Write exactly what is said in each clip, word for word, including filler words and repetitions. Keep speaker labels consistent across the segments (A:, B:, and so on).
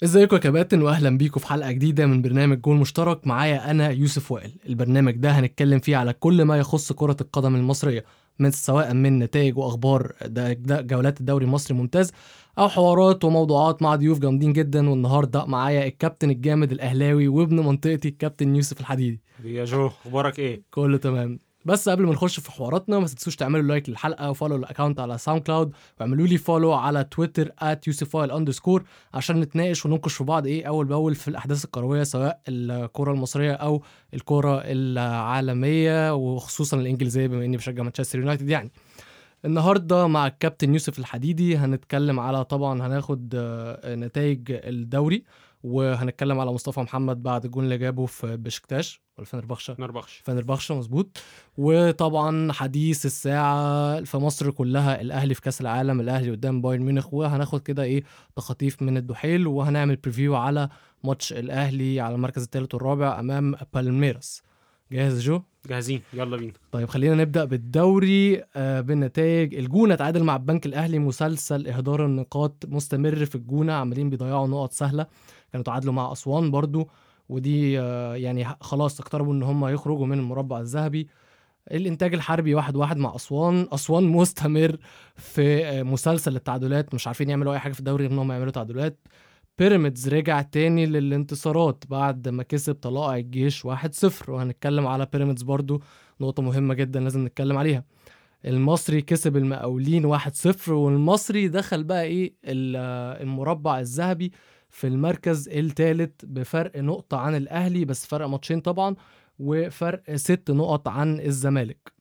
A: ازيكم يا كباتن، واهلا بيكم في حلقه جديده من برنامج جول مشترك. معايا انا يوسف وائل. البرنامج ده هنتكلم فيه على كل ما يخص كره القدم المصريه، من سواء من نتائج واخبار ده ده جولات الدوري المصري ممتاز، او حوارات وموضوعات مع ضيوف جامدين جدا. والنهارده معايا الكابتن الجامد الاهلاوي وابن منطقتي الكابتن يوسف الحديدي.
B: يا جو، اخبارك ايه؟
A: كله تمام. بس قبل ما نخش في حواراتنا، ما تنسوش تعملوا لايك للحلقه وفولو الاكونت على ساوند كلاود، واعملوا لي فولو على تويتر ات يوسفايل اندرسكور عشان نتناقش ونناقش في بعض ايه اول باول في الاحداث الكرويه، سواء الكره المصريه او الكره العالميه، وخصوصا الانجليزيه بما اني بشجع مانشستر يونايتد يعني. النهارده مع الكابتن يوسف الحديدي هنتكلم على، طبعا هناخد آه، نتائج الدوري، وهنتكلم على مصطفى محمد بعد الجون اللي جابه في بشكتاش ولا فنربخشة.
B: نربخش.
A: فنربخشة مظبوط. وطبعا حديث الساعة في مصر كلها، الأهلي في كأس العالم، الأهلي قدام بايرن ميونخ. وهناخد كده إيه تخطيف من الدحيل، وهنعمل بريفيو على ماتش الأهلي على المركز الثالث والرابع أمام بالميراس. جاهز جو؟
B: جاهزين، يلا بينا.
A: طيب خلينا نبدأ بالدوري آه بالنتائج. الجونة تعادل مع البنك الأهلي، مسلسل إهدار النقاط مستمر في الجونة، عمالين بيضيعوا نقط سهلة. كانوا تعادلوا مع أسوان برضو، ودي آه يعني خلاص اقتربوا ان هم يخرجوا من المربع الذهبي. الانتاج الحربي واحد واحد مع أسوان. أسوان مستمر في آه مسلسل التعادلات، مش عارفين يعملوا أي حاجة في الدوري غير انهم يعملوا تعادلات. بيراميدز رجع تاني للانتصارات بعد ما كسب طلائع الجيش واحد صفر، وهنتكلم على بيراميدز برضو، نقطة مهمة جدا لازم نتكلم عليها. المصري كسب المقاولين واحد صفر، والمصري دخل بقى ايه المربع الذهبي في المركز الثالث بفرق نقطة عن الأهلي، بس فرق ماتشين طبعا، وفرق ست نقط عن الزمالك.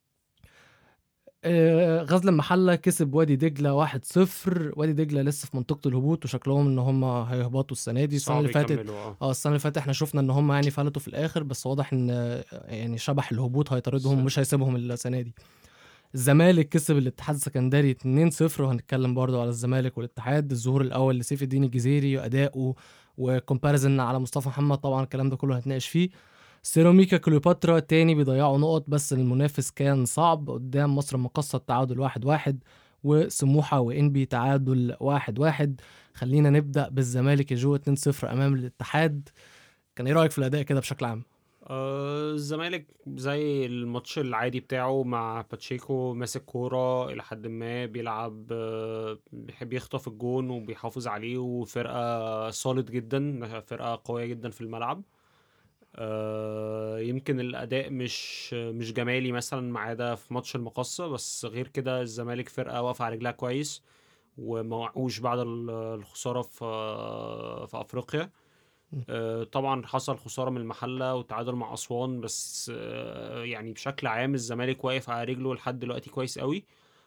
A: آه، غزل المحلة كسب وادي دجلة واحد صفر. وادي دجلة لسه في منطقة الهبوط، وشكلهم ان هم هيهبطوا السنة دي. السنة
B: صعب
A: اللي فاتت
B: يكملوا. اه
A: اه السنة اللي فاتت احنا شفنا ان هم يعني فلتوا في الاخر، بس واضح ان آه، يعني شبح الهبوط
B: س-
A: هيطاردهم، مش هيسيبهم السنة دي. الزمالك كسب الاتحاد السكندري اتنين صفر، وهنتكلم برضو على الزمالك والاتحاد. الظهور الاول لسيف الدين الجزيري واداؤه، وكومباريزن على مصطفى محمد، طبعا الكلام ده كله هنتناقش فيه. سيراميكا كليوباترا تاني بيضيعوا نقط، بس المنافس كان صعب قدام مصر المقاصة، التعادل واحد واحد. وسموحة وإنبي تعادل واحد واحد. خلينا نبدأ بالزمالك يا جو، اتنين صفر أمام الاتحاد. كان ايه رأيك في الأداء كده بشكل عام؟
B: آه، الزمالك زي الماتش العادي بتاعه مع باتشيكو، ماسك كورة إلى حد ما، بيلعب، آه، بيحب يخطف الجون وبيحافظ عليه، وفرقة سوليد جدا، فرقة قوية جدا في الملعب. آه، يمكن الأداء مش مش جمالي مثلا ما عدا في ماتش المقصة، بس غير كده الزمالك فرقة واقفة على رجلها كويس، وما وقعوش بعد ال- الخسارة في في أفريقيا. آه، طبعا حصل خسارة من المحلة وتعادل مع أسوان، بس آه، يعني بشكل عام الزمالك واقف على رجله لحد دلوقتي كويس قوي،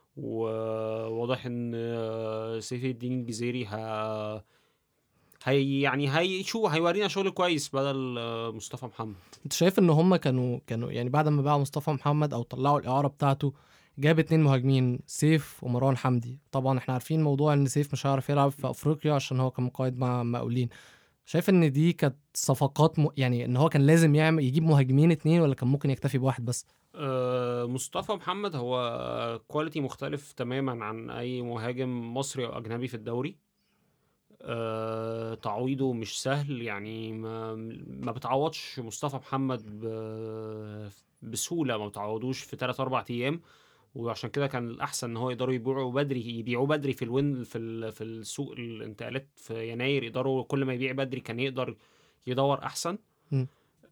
B: وواضح ان آه، سيف الدين الجزيري ه... هي يعني هي شو هيورينا شغل كويس بدل آه، مصطفى محمد.
A: انت شايف ان هم كانوا كانوا يعني بعد ما باعوا مصطفى محمد او طلعوا الإعارة بتاعته، جاب اتنين مهاجمين، سيف ومروان حمدي. طبعا احنا عارفين موضوع ان سيف مش هيعرف يلعب في افريقيا عشان هو كان مقايض مع مقاولين. شايف ان دي كانت صفقات م... يعني ان هو كان لازم يعمل يجيب مهاجمين اتنين، ولا كان ممكن يكتفي بواحد بس؟
B: آه، مصطفى محمد هو كواليتي مختلف تماما عن اي مهاجم مصري او اجنبي في الدوري. آه، تعويضه مش سهل، يعني ما, ما بتعوضش مصطفى محمد ب- بسهولة، ما بتعوضوش في ثلاثة أربعة ايام. وعشان كده كان الاحسن ان هو يقدروا يبيعوا بدري، يبيعوه بدري في الوين في ال- في السوق الانتقالات في يناير، يقدروا كل ما يبيع بدري كان يقدر يدور احسن.
A: مم.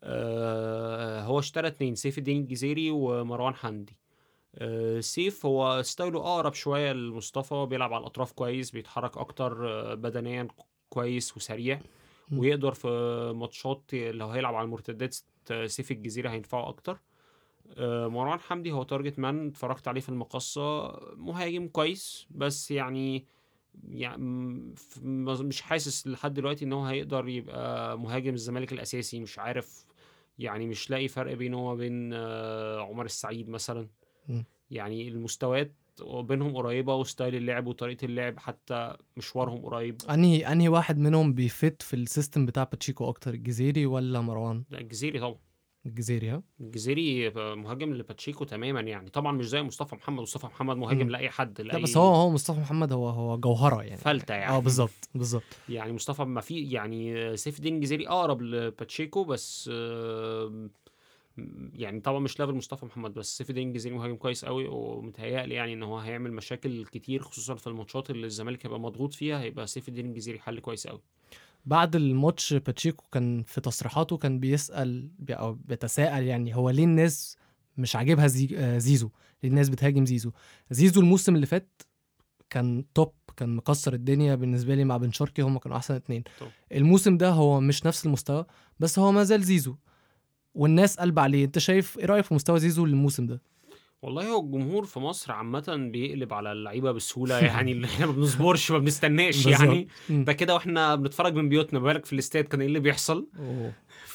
B: آه، هو اشترى اتنين، سيف الدين الجزيري ومروان حمدي. آه، سيف هو ستايله اقرب شويه لمصطفى، بيلعب على الاطراف كويس، بيتحرك اكتر، آه، بدنيا كويس وسريع،
A: مم.
B: ويقدر في ماتشات لو هيلعب على المرتدات آه، سيف الجزيرة هينفعه اكتر. آه، مروان حمدي هو تارجت مان، اتفرجت عليه في المقصة، مهاجم كويس، بس يعني يعني م- ف- مش حاسس لحد دلوقتي ان هو هيقدر يبقى مهاجم الزمالك الاساسي، مش عارف، يعني مش لاقي فرق بينه وبين آه، عمر السعيد مثلا.
A: مم.
B: يعني المستويات بينهم قريبة، وستايل اللعب وطريقة اللعب حتى مشوارهم قريب.
A: انهي انهي واحد منهم بيفت في السيستم بتاع باتشيكو اكتر، الجزيري ولا مروان؟
B: لا، الجزيري طبعا.
A: الجزيري ها
B: الجزيري مهاجم لباتشيكو تماما يعني، طبعا مش زي مصطفى محمد. مصطفى محمد مهاجم
A: مم.
B: لاي حد،
A: لا بس
B: لاي
A: هو هو مصطفى محمد هو هو جوهرة يعني.
B: فلتة
A: اه
B: يعني.
A: بالظبط بالظبط.
B: يعني مصطفى ما في يعني سيف الدين الجزيري اقرب لباتشيكو، بس آه، يعني طبعا مش ليفل مصطفى محمد، بس سيف الدين الجزيري مهاجم كويس قوي، ومتهيألي يعني ان هو هيعمل مشاكل كتير، خصوصا في الماتشات اللي الزمالك هيبقى مضغوط فيها. هيبقى سيف الدين الجزيري حل كويس قوي.
A: بعد الماتش باتشيكو كان في تصريحاته كان بيسأل بي- او بيتساءل يعني هو ليه الناس مش عاجبها زي... آه، زيزو، ليه الناس بتهاجم زيزو. زيزو الموسم اللي فات كان توب، كان مكسر الدنيا بالنسبه لي مع بن شرقي، هم كانوا احسن اتنين.
B: طب.
A: الموسم ده هو مش نفس المستوى، بس هو ما زال زيزو والناس قلب عليه. انت شايف ايه رايك في مستوى زيزو الموسم ده؟
B: والله هو الجمهور في مصر عامة بيقلب على اللعيبة بسهولة يعني، اللي احنا ما بنصبرش ما بنستناش يعني.
A: بالظبط. مم.
B: ده كده واحنا بنتفرج من بيوتنا، ما بالك في الاستاد كان ايه اللي بيحصل.
A: أوه.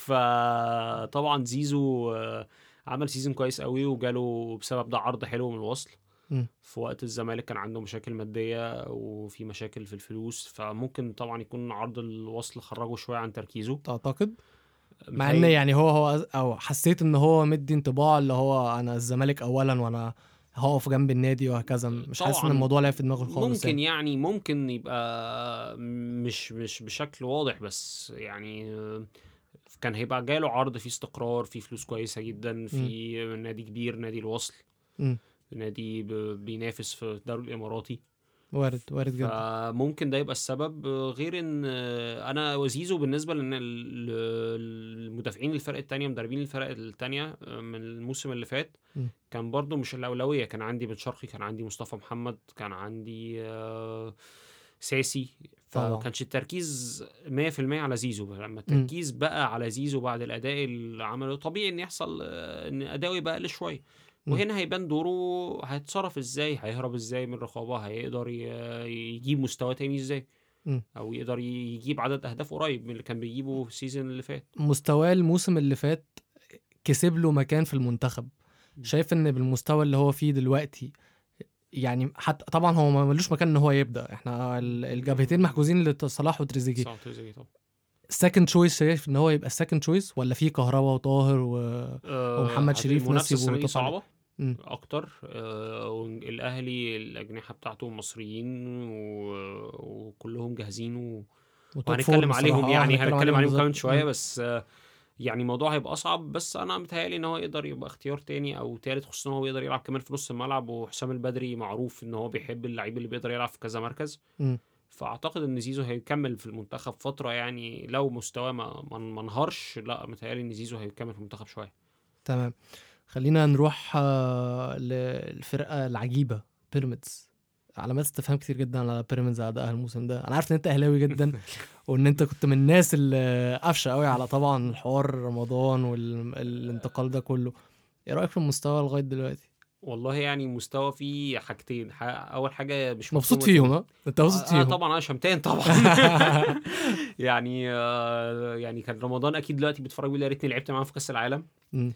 B: فطبعا زيزو آه، عمل سيزون كويس قوي، وجاله بسبب ده عرض حلو من الوصل.
A: مم.
B: في وقت الزمالك كان عنده مشاكل مادية وفي مشاكل في الفلوس، فممكن طبعا يكون عرض الوصل خرجه شوية عن تركيزه.
A: تعتقد؟ مع ان
B: متهيألي
A: يعني هو هو او حسيت ان هو مدي انطباع اللي هو انا الزمالك اولا وانا هقف جنب النادي وهكذا، مش حاسس ان
B: طبعا
A: الموضوع لعب في دماغه خالص
B: ممكن
A: يعني.
B: يعني ممكن يبقى مش مش بشكل واضح، بس يعني آه، كان هيبقى جاله عرض فيه استقرار، فيه فلوس كويسة جدا،
A: مم.
B: في نادي كبير، نادي الوصل،
A: مم.
B: نادي ب- بينافس في الدوري الإماراتي.
A: وارد وارد جدا.
B: فممكن ده يبقى السبب، غير ان انا وزيزو بالنسبه لان ال- المدافعين الفرق التانية، مدربين الفرق التانية من الموسم اللي فات،
A: مم.
B: كان برضو مش الاولويه. كان عندي بن شرقي، كان عندي مصطفى محمد، كان عندي آه، ساسي.
A: طبعا.
B: فكانش التركيز مية في المية على زيزو. لما
A: مم.
B: التركيز بقى على زيزو بعد الاداء اللي عمله، طبيعي ان يحصل آه، ان اداؤه يبقى اقل شويه.
A: مم.
B: وهنا هيبان دوره، هيتصرف ازاي، هيهرب ازاي من الرقابة، هيقدر ي- يجيب مستوى تاني ازاي،
A: مم.
B: او يقدر ي- يجيب عدد اهداف قريب من اللي كان بيجيبه في السيزون اللي فات.
A: مستواه الموسم اللي فات كسب له مكان في المنتخب. شايف ان بالمستوى اللي هو فيه دلوقتي يعني، حتى طبعا هو ما ملوش مكان ان هو يبدا، احنا ال- الجبهتين محجوزين لصلاح وتريزيجيه.
B: صح تريزيجيه طبعا.
A: سكند تشويس، شايف ان هو يبقى السكند تشويس ولا في كهربا وطاهر و...
B: آه
A: ومحمد شريف ناس
B: المنافسة
A: يبقوا
B: السنة دي
A: يطاف عليه؟
B: صعبة
A: مم.
B: اكتر. آه والاهلي الاجنحة بتاعته مصريين و- وكلهم جاهزين و...
A: وتوب فورم
B: وهنتكلم
A: الصراحه.
B: عليهم
A: اه
B: يعني،
A: هنتكلم
B: هنتكلم
A: عليهم
B: عليهم
A: بالظبط.
B: كمان شوية.
A: مم.
B: بس آه، يعني الموضوع هيبقى اصعب، بس انا متهيألي ان هو يقدر يبقى اختيار تاني او تالت، خصوصا ان هو بيقدر يلعب كمان في نص الملعب، وحسام البدري معروف ان هو بيحب اللعيب اللي بيقدر يلعب في كذا مركز.
A: مم.
B: فاعتقد ان زيزو هيكمل في المنتخب فترة يعني، لو مستواه ما ما ما انهارش. لا متهيألي ان زيزو هيكمل في المنتخب شوية.
A: تمام. خلينا نروح آه، للفرقه العجيبه بيراميدز. علامات استفهام كتير جدا على بيراميدز ادائها الموسم ده. انا عارف ان انت اهلاوي جدا وان انت كنت من الناس اللي قافشه قوي على طبعا الحوار رمضان والانتقال ده كله. ايه رايك في المستوى لغايه دلوقتي؟
B: والله يعني مستوى فيه حاجتين. ح- اول حاجة مش
A: مبسوط
B: مفهومة
A: فيهم؟
B: ال...
A: ها انت مبسوط
B: اه آه،
A: فيهم؟
B: طبعا انا شمتان طبعا. يعني آه يعني كان رمضان اكيد دلوقتي بيتفرج بيقول يا ريتني لعبت معاهم في كأس العالم.
A: مم.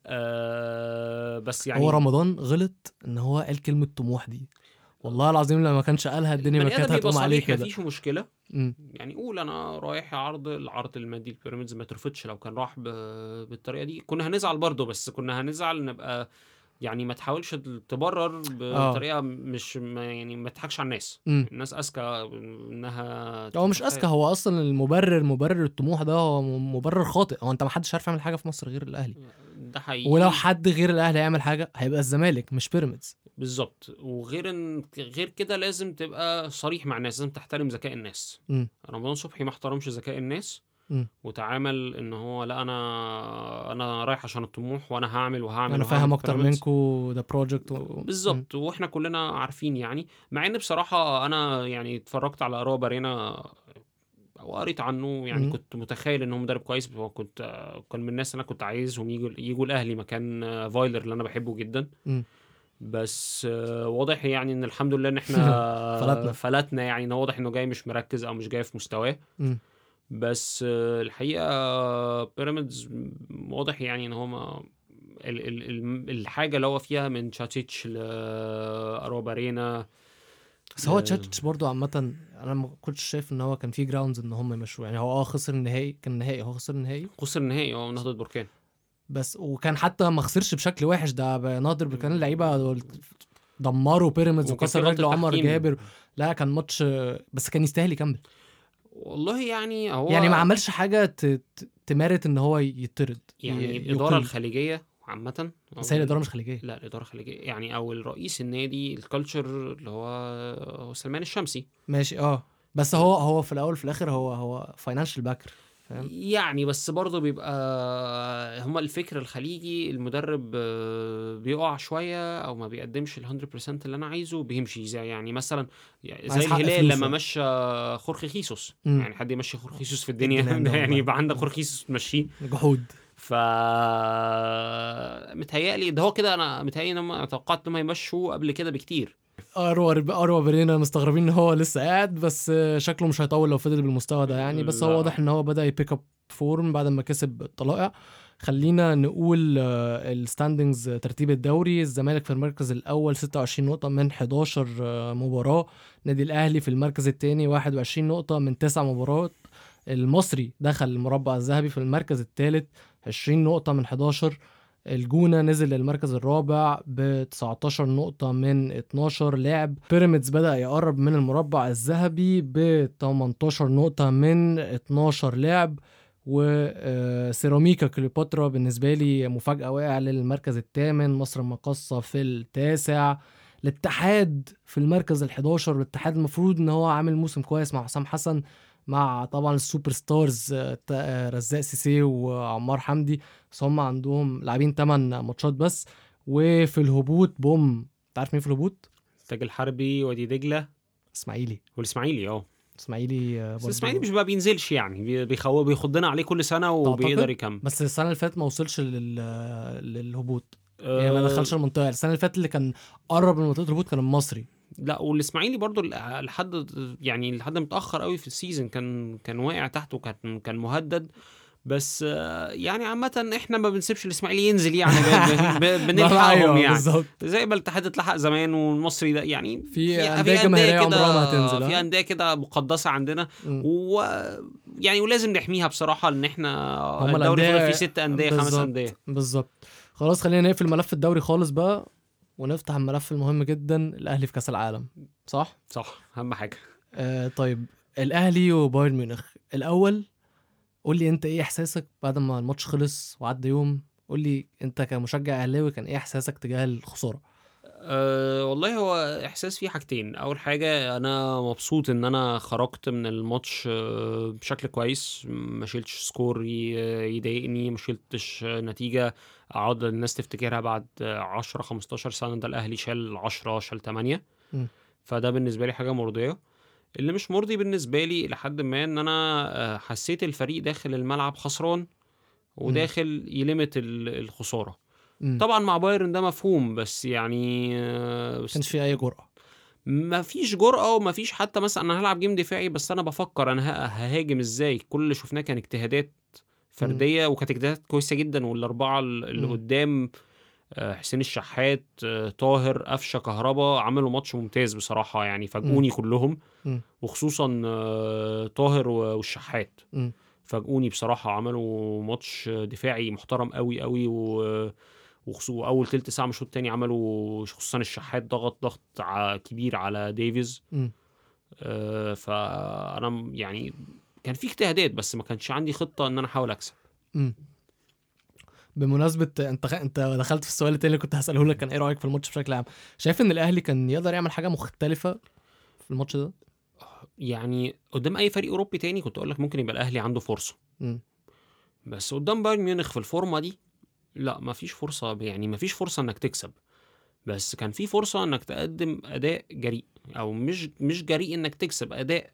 B: آه بس
A: هو
B: يعني
A: رمضان غلط ان هو قال كلمه طموح دي، والله العظيم لما ما كانش قالها الدنيا ما
B: البني
A: كانت
B: ادم يبقى
A: هتقوم عليه
B: صريح،
A: كده.
B: مفيش مشكله.
A: مم.
B: يعني قول انا رايح عرض، العرض المادي لبيراميدز ما ترفضش. لو كان راح ب... بالطريقه دي كنا هنزعل برضه، بس كنا هنزعل نبقى يعني ما تحاولش تبرر
A: اه.
B: بطريقه مش ما يعني ما تضحكش على الناس.
A: مم.
B: الناس اذكى انها
A: هو مش
B: تتخيل.
A: اذكى، هو اصلا المبرر مبرر الطموح ده هو م- مبرر خاطئ. هو انت ما حدش عارف يعمل حاجه في مصر غير الاهلي،
B: ده
A: ولو
B: حقيقي.
A: حد غير الاهلي يعمل حاجه هيبقى الزمالك مش بيراميدز.
B: بالظبط. وغير ان غير كده لازم تبقى صريح مع الناس، لازم تحترم ذكاء الناس.
A: مم.
B: رمضان صبحي ما احترمش ذكاء الناس،
A: مم.
B: وتعامل ان هو لا انا انا رايح عشان الطموح، وانا هعمل وهعمل
A: انا
B: وهعمل
A: فاهم
B: في
A: اكتر
B: بيراميدز.
A: منكو، ده بروجكت و... مم.
B: بالظبط. واحنا كلنا عارفين يعني. مع ان بصراحة انا يعني اتفرجت على اراء بارينا او قريت عنه، يعني
A: مم.
B: كنت متخيل ان هو مدرب كويس. هو كنت كان من الناس انا كنت عايزهم يجوا يجوا الاهلي مكان فايلر اللي انا بحبه جدا.
A: مم.
B: بس آه، واضح يعني ان الحمد لله ان احنا
A: فلتنا.
B: فلتنا يعني. ان هو واضح انه جاي مش مركز او مش جاي في مستواه.
A: مم.
B: بس آه، الحقيقة بيراميدز واضح يعني ان هو ما ال ال ال الحاجة اللي هو فيها من تشاتيتش لأروبارينا.
A: بس هو تشاتش برضو عامة انا ما كنتش شايف ان هو كان فيه جراوندز ان هم يمشوه يعني. هو اه خسر النهائي، كان نهائي هو خسر النهائي.
B: خسر النهائي هو نهضة بركان.
A: بس وكان حتى ما خسرش بشكل وحش، ده نادر كان اللعيبه دمروا بيراميدز
B: وكان في
A: وكسر
B: غلطة
A: رجل عمر
B: تحكيم.
A: جابر. لا كان ماتش بس كان يستاهل يكمل.
B: والله يعني هو
A: يعني ما عملش حاجه ت- ت- تمارت ان هو يطرد
B: يعني
A: ي-
B: الإدارة
A: يقيل.
B: الخليجية عامة، أو
A: بس هي الاداره
B: ال-
A: مش خليجيه.
B: لا الإدارة الخليجية يعني، أو الرئيس النادي الكالتشر اللي هو هو سلمان الشمسي.
A: ماشي اه، بس هو هو في الاول في الاخر هو هو فاينانشال باكر، فاهم؟
B: يعني بس برضه بيبقى هما الفكر الخليجي، المدرب آه، بيقع شوية أو ما بيقدمش ال مية بالمية اللي أنا عايزه بيمشي، زي يعني مثلا يعني
A: عايز
B: زي
A: حق
B: الهلال
A: فلوسه.
B: لما مشى خورخي خيسوس.
A: مم.
B: يعني حد يمشي خورخي خيسوس في
A: إيه
B: الدنيا
A: الجنان ده
B: ده يعني
A: والله.
B: يبقى عندك
A: مم.
B: خورخي خيسوس تمشيه.
A: جحود.
B: ف متهيألي ده هو كده، انا متهيألي ان هم توقعت انهم هيمشوا قبل كده بكتير.
A: اروى اروى برينا مستغربين ان هو لسه قاعد، بس شكله مش هيطول لو فضل بالمستوى ده يعني. بس هو
B: لا
A: واضح ان هو بدأ يبيك اب فورم بعد ما كسب الطلائع. خلينا نقول الستاندنجز ترتيب الدوري. الزمالك في المركز الاول ستة وعشرين نقطة من حداشر آه، مباراة. نادي الاهلي في المركز الثاني واحد وعشرين نقطة من تسع مباريات. المصري دخل المربع الذهبي في المركز الثالث عشرين نقطة من حداشر. الجونة نزل للمركز الرابع ب تسعتاشر نقطة من اتناشر لاعب. بيراميدز بدأ يقرب من المربع الذهبي ب تمنتاشر نقطة من اتناشر لاعب. وسيراميكا كليوباترا بالنسبة لي مفاجأة، واقع للمركز الثامن. مصر المقاصة في التاسع. الاتحاد في المركز الحداشر. الاتحاد المفروض ان هو عامل موسم كويس مع حسام حسن، مع طبعا السوبر ستارز آه، آه، رزاق سيسي وعمار حمدي، بس هم عندهم لاعبين تمن ماتشات بس. وفي الهبوط بوم، انت عارف مين في الهبوط؟
B: التاج الحربي، وادي دجلة،
A: اسماعيلي.
B: والاسماعيلي. اه
A: اسماعيلي آه،
B: بس
A: برضو
B: الاسماعيلي مش بقى بينزلش يعني، بي- بيخو بيخضنا عليه كل سنة وبيقدر
A: تعتقد،
B: يكمل.
A: بس السنه اللي فاتت ما وصلش لل... للهبوط. يعني ما
B: أه
A: دخلش المنطقه. السنه اللي فاتت اللي كان قرب من منطقه الهبوط كان المصري.
B: لا، والاسماعيلي برضو ل- لحد يعني لحد متأخر قوي في السيزون كان كان واقع تحت، وكان كان مهدد. بس آه، يعني عامة احنا ما بنسيبش الاسماعيلي ينزل يعني، ب- ب- ب- بنلحقهم
A: ايوه
B: يعني،
A: بالظبط.
B: زي ما الاتحاد اتلحق زمان والمصري ده يعني.
A: في
B: في
A: أندية
B: في أندية
A: جماهيرية عمرها ما
B: كده،
A: هتنزل،
B: في
A: ها؟
B: أندية كده مقدسة عندنا،
A: مم.
B: و يعني ولازم نحميها بصراحة، ان احنا
A: هما
B: الدوري فاضل فيه
A: الأندية
B: ست أندية خمس
A: بالظبط
B: أندية.
A: بالظبط. خلاص خلينا نقفل ملف الدوري خالص بقى، ونفتح الملف المهم جدا، الأهلي في كأس العالم. صح؟
B: صح، أهم حاجة.
A: آه طيب، الأهلي وبايرن ميونخ الأول. قول لي انت ايه احساسك بعد ما الماتش خلص وعدى يوم؟ قول لي انت كمشجع اهلاوي كان ايه احساسك تجاه الخساره؟
B: أه والله هو احساس فيه حاجتين. اول حاجه انا مبسوط ان انا خرجت من الماتش أه بشكل كويس، ما شلتش سكور ي- يضايقني، ما شلتش نتيجه اقعد الناس تفتكرها بعد عشرة خمستاشر سنه ده الاهلي شال عشرة شال تمانية.
A: م.
B: فده بالنسبه لي حاجه مرضيه. اللي مش مرضي بالنسبه لي لحد ما ان انا آه، حسيت الفريق داخل الملعب خسران وداخل يلمت ال- الخساره.
A: م.
B: طبعا مع بايرن ده مفهوم، بس يعني آه، بس
A: كانش في اي جرأة.
B: ما فيش جرأة، وما فيش حتى مثلا انا هلعب جيم دفاعي، بس انا بفكر انا ه- ههاجم ازاي. كل اللي شفناه كان اجتهادات فردية، وكانت اجتهادات كويسة جدا. والاربعة ال- اللي
A: م.
B: قدام آه، حسين الشحات، آه، طاهر، قفشة، كهربا، عملوا ماتش ممتاز بصراحة يعني، فاجئوني كلهم.
A: م.
B: وخصوصا آه، طاهر و- والشحات
A: م.
B: فاجئوني بصراحة، عملوا ماتش دفاعي محترم قوي قوي. و وخصوصا اول تلت ساعه من الشوط الثاني عملوا، خصوصا الشحات ضغط ضغط ع- كبير على ديفيز.
A: م.
B: آه فانا م- يعني كان في اجتهادات، بس ما كانش عندي خطه ان انا احاول اكسب.
A: م. بمناسبة انت خ... انت دخلت في السؤال التاني اللي كنت هسأله لك، كان ايه رأيك في الماتش بشكل عام؟ شايف ان الاهلي كان يقدر يعمل حاجة مختلفة في الماتش ده؟
B: يعني قدام اي فريق اوروبي تاني كنت اقول لك ممكن يبقى الاهلي عنده فرصه،
A: م.
B: بس قدام بايرن ميونخ في الفورمه دي لا، ما فيش فرصه. يعني ما فيش فرصه انك تكسب، بس كان في فرصه انك تقدم اداء جريء، او مش مش جريء انك تكسب، اداء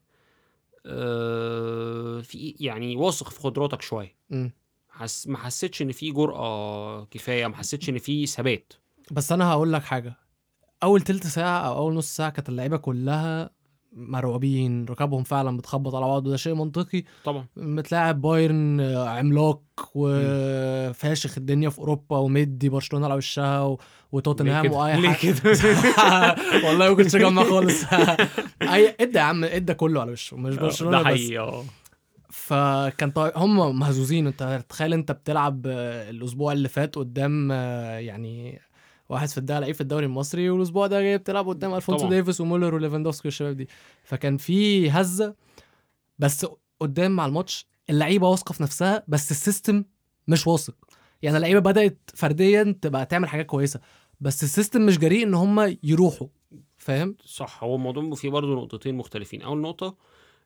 B: آه في يعني واثق في قدراتك شويه.
A: م.
B: حس... ما حسيتش ان في جرأة كفايه، ما حسيتش ان في ثبات.
A: بس انا هقول لك حاجة، اول تلت ساعة او اول نص ساعة كانت اللعيبة كلها مرعوبين، ركابهم فعلا بتخبط على بعض، وده شيء منطقي.
B: طبعا
A: بتلاعب بايرن آه، عملاق وفاشخ الدنيا في اوروبا، ومدي برشلونه على وشها و... وتوتنهام واي
B: ليه
A: حاجه.
B: كده؟
A: والله ما كنتش اجمع خالص. اي ادى يا عم، ادى كله على وشه، مش
B: ده
A: برشلونه بس.
B: حقيقي. اه
A: فكان طي... هم مهزوزين. انت تخيل انت بتلعب آه، الاسبوع اللي فات قدام آه، يعني واحد في الدوري لعيب في الدوري المصري، والاسبوع ده جاي بتلعب قدام الفونسو
B: طبعا
A: ديفيس ومولر وليفاندوفسكي والشباب دي. فكان في هزه. بس قدام مع الماتش اللعيبه واثقه في نفسها، بس السيستم مش واثق. يعني اللعيبه بدات فرديا تبقى تعمل حاجات كويسه، بس السيستم مش جريء ان هم يروحوا. فاهم؟
B: صح. هو الموضوع فيه برضه نقطتين مختلفين. اول نقطه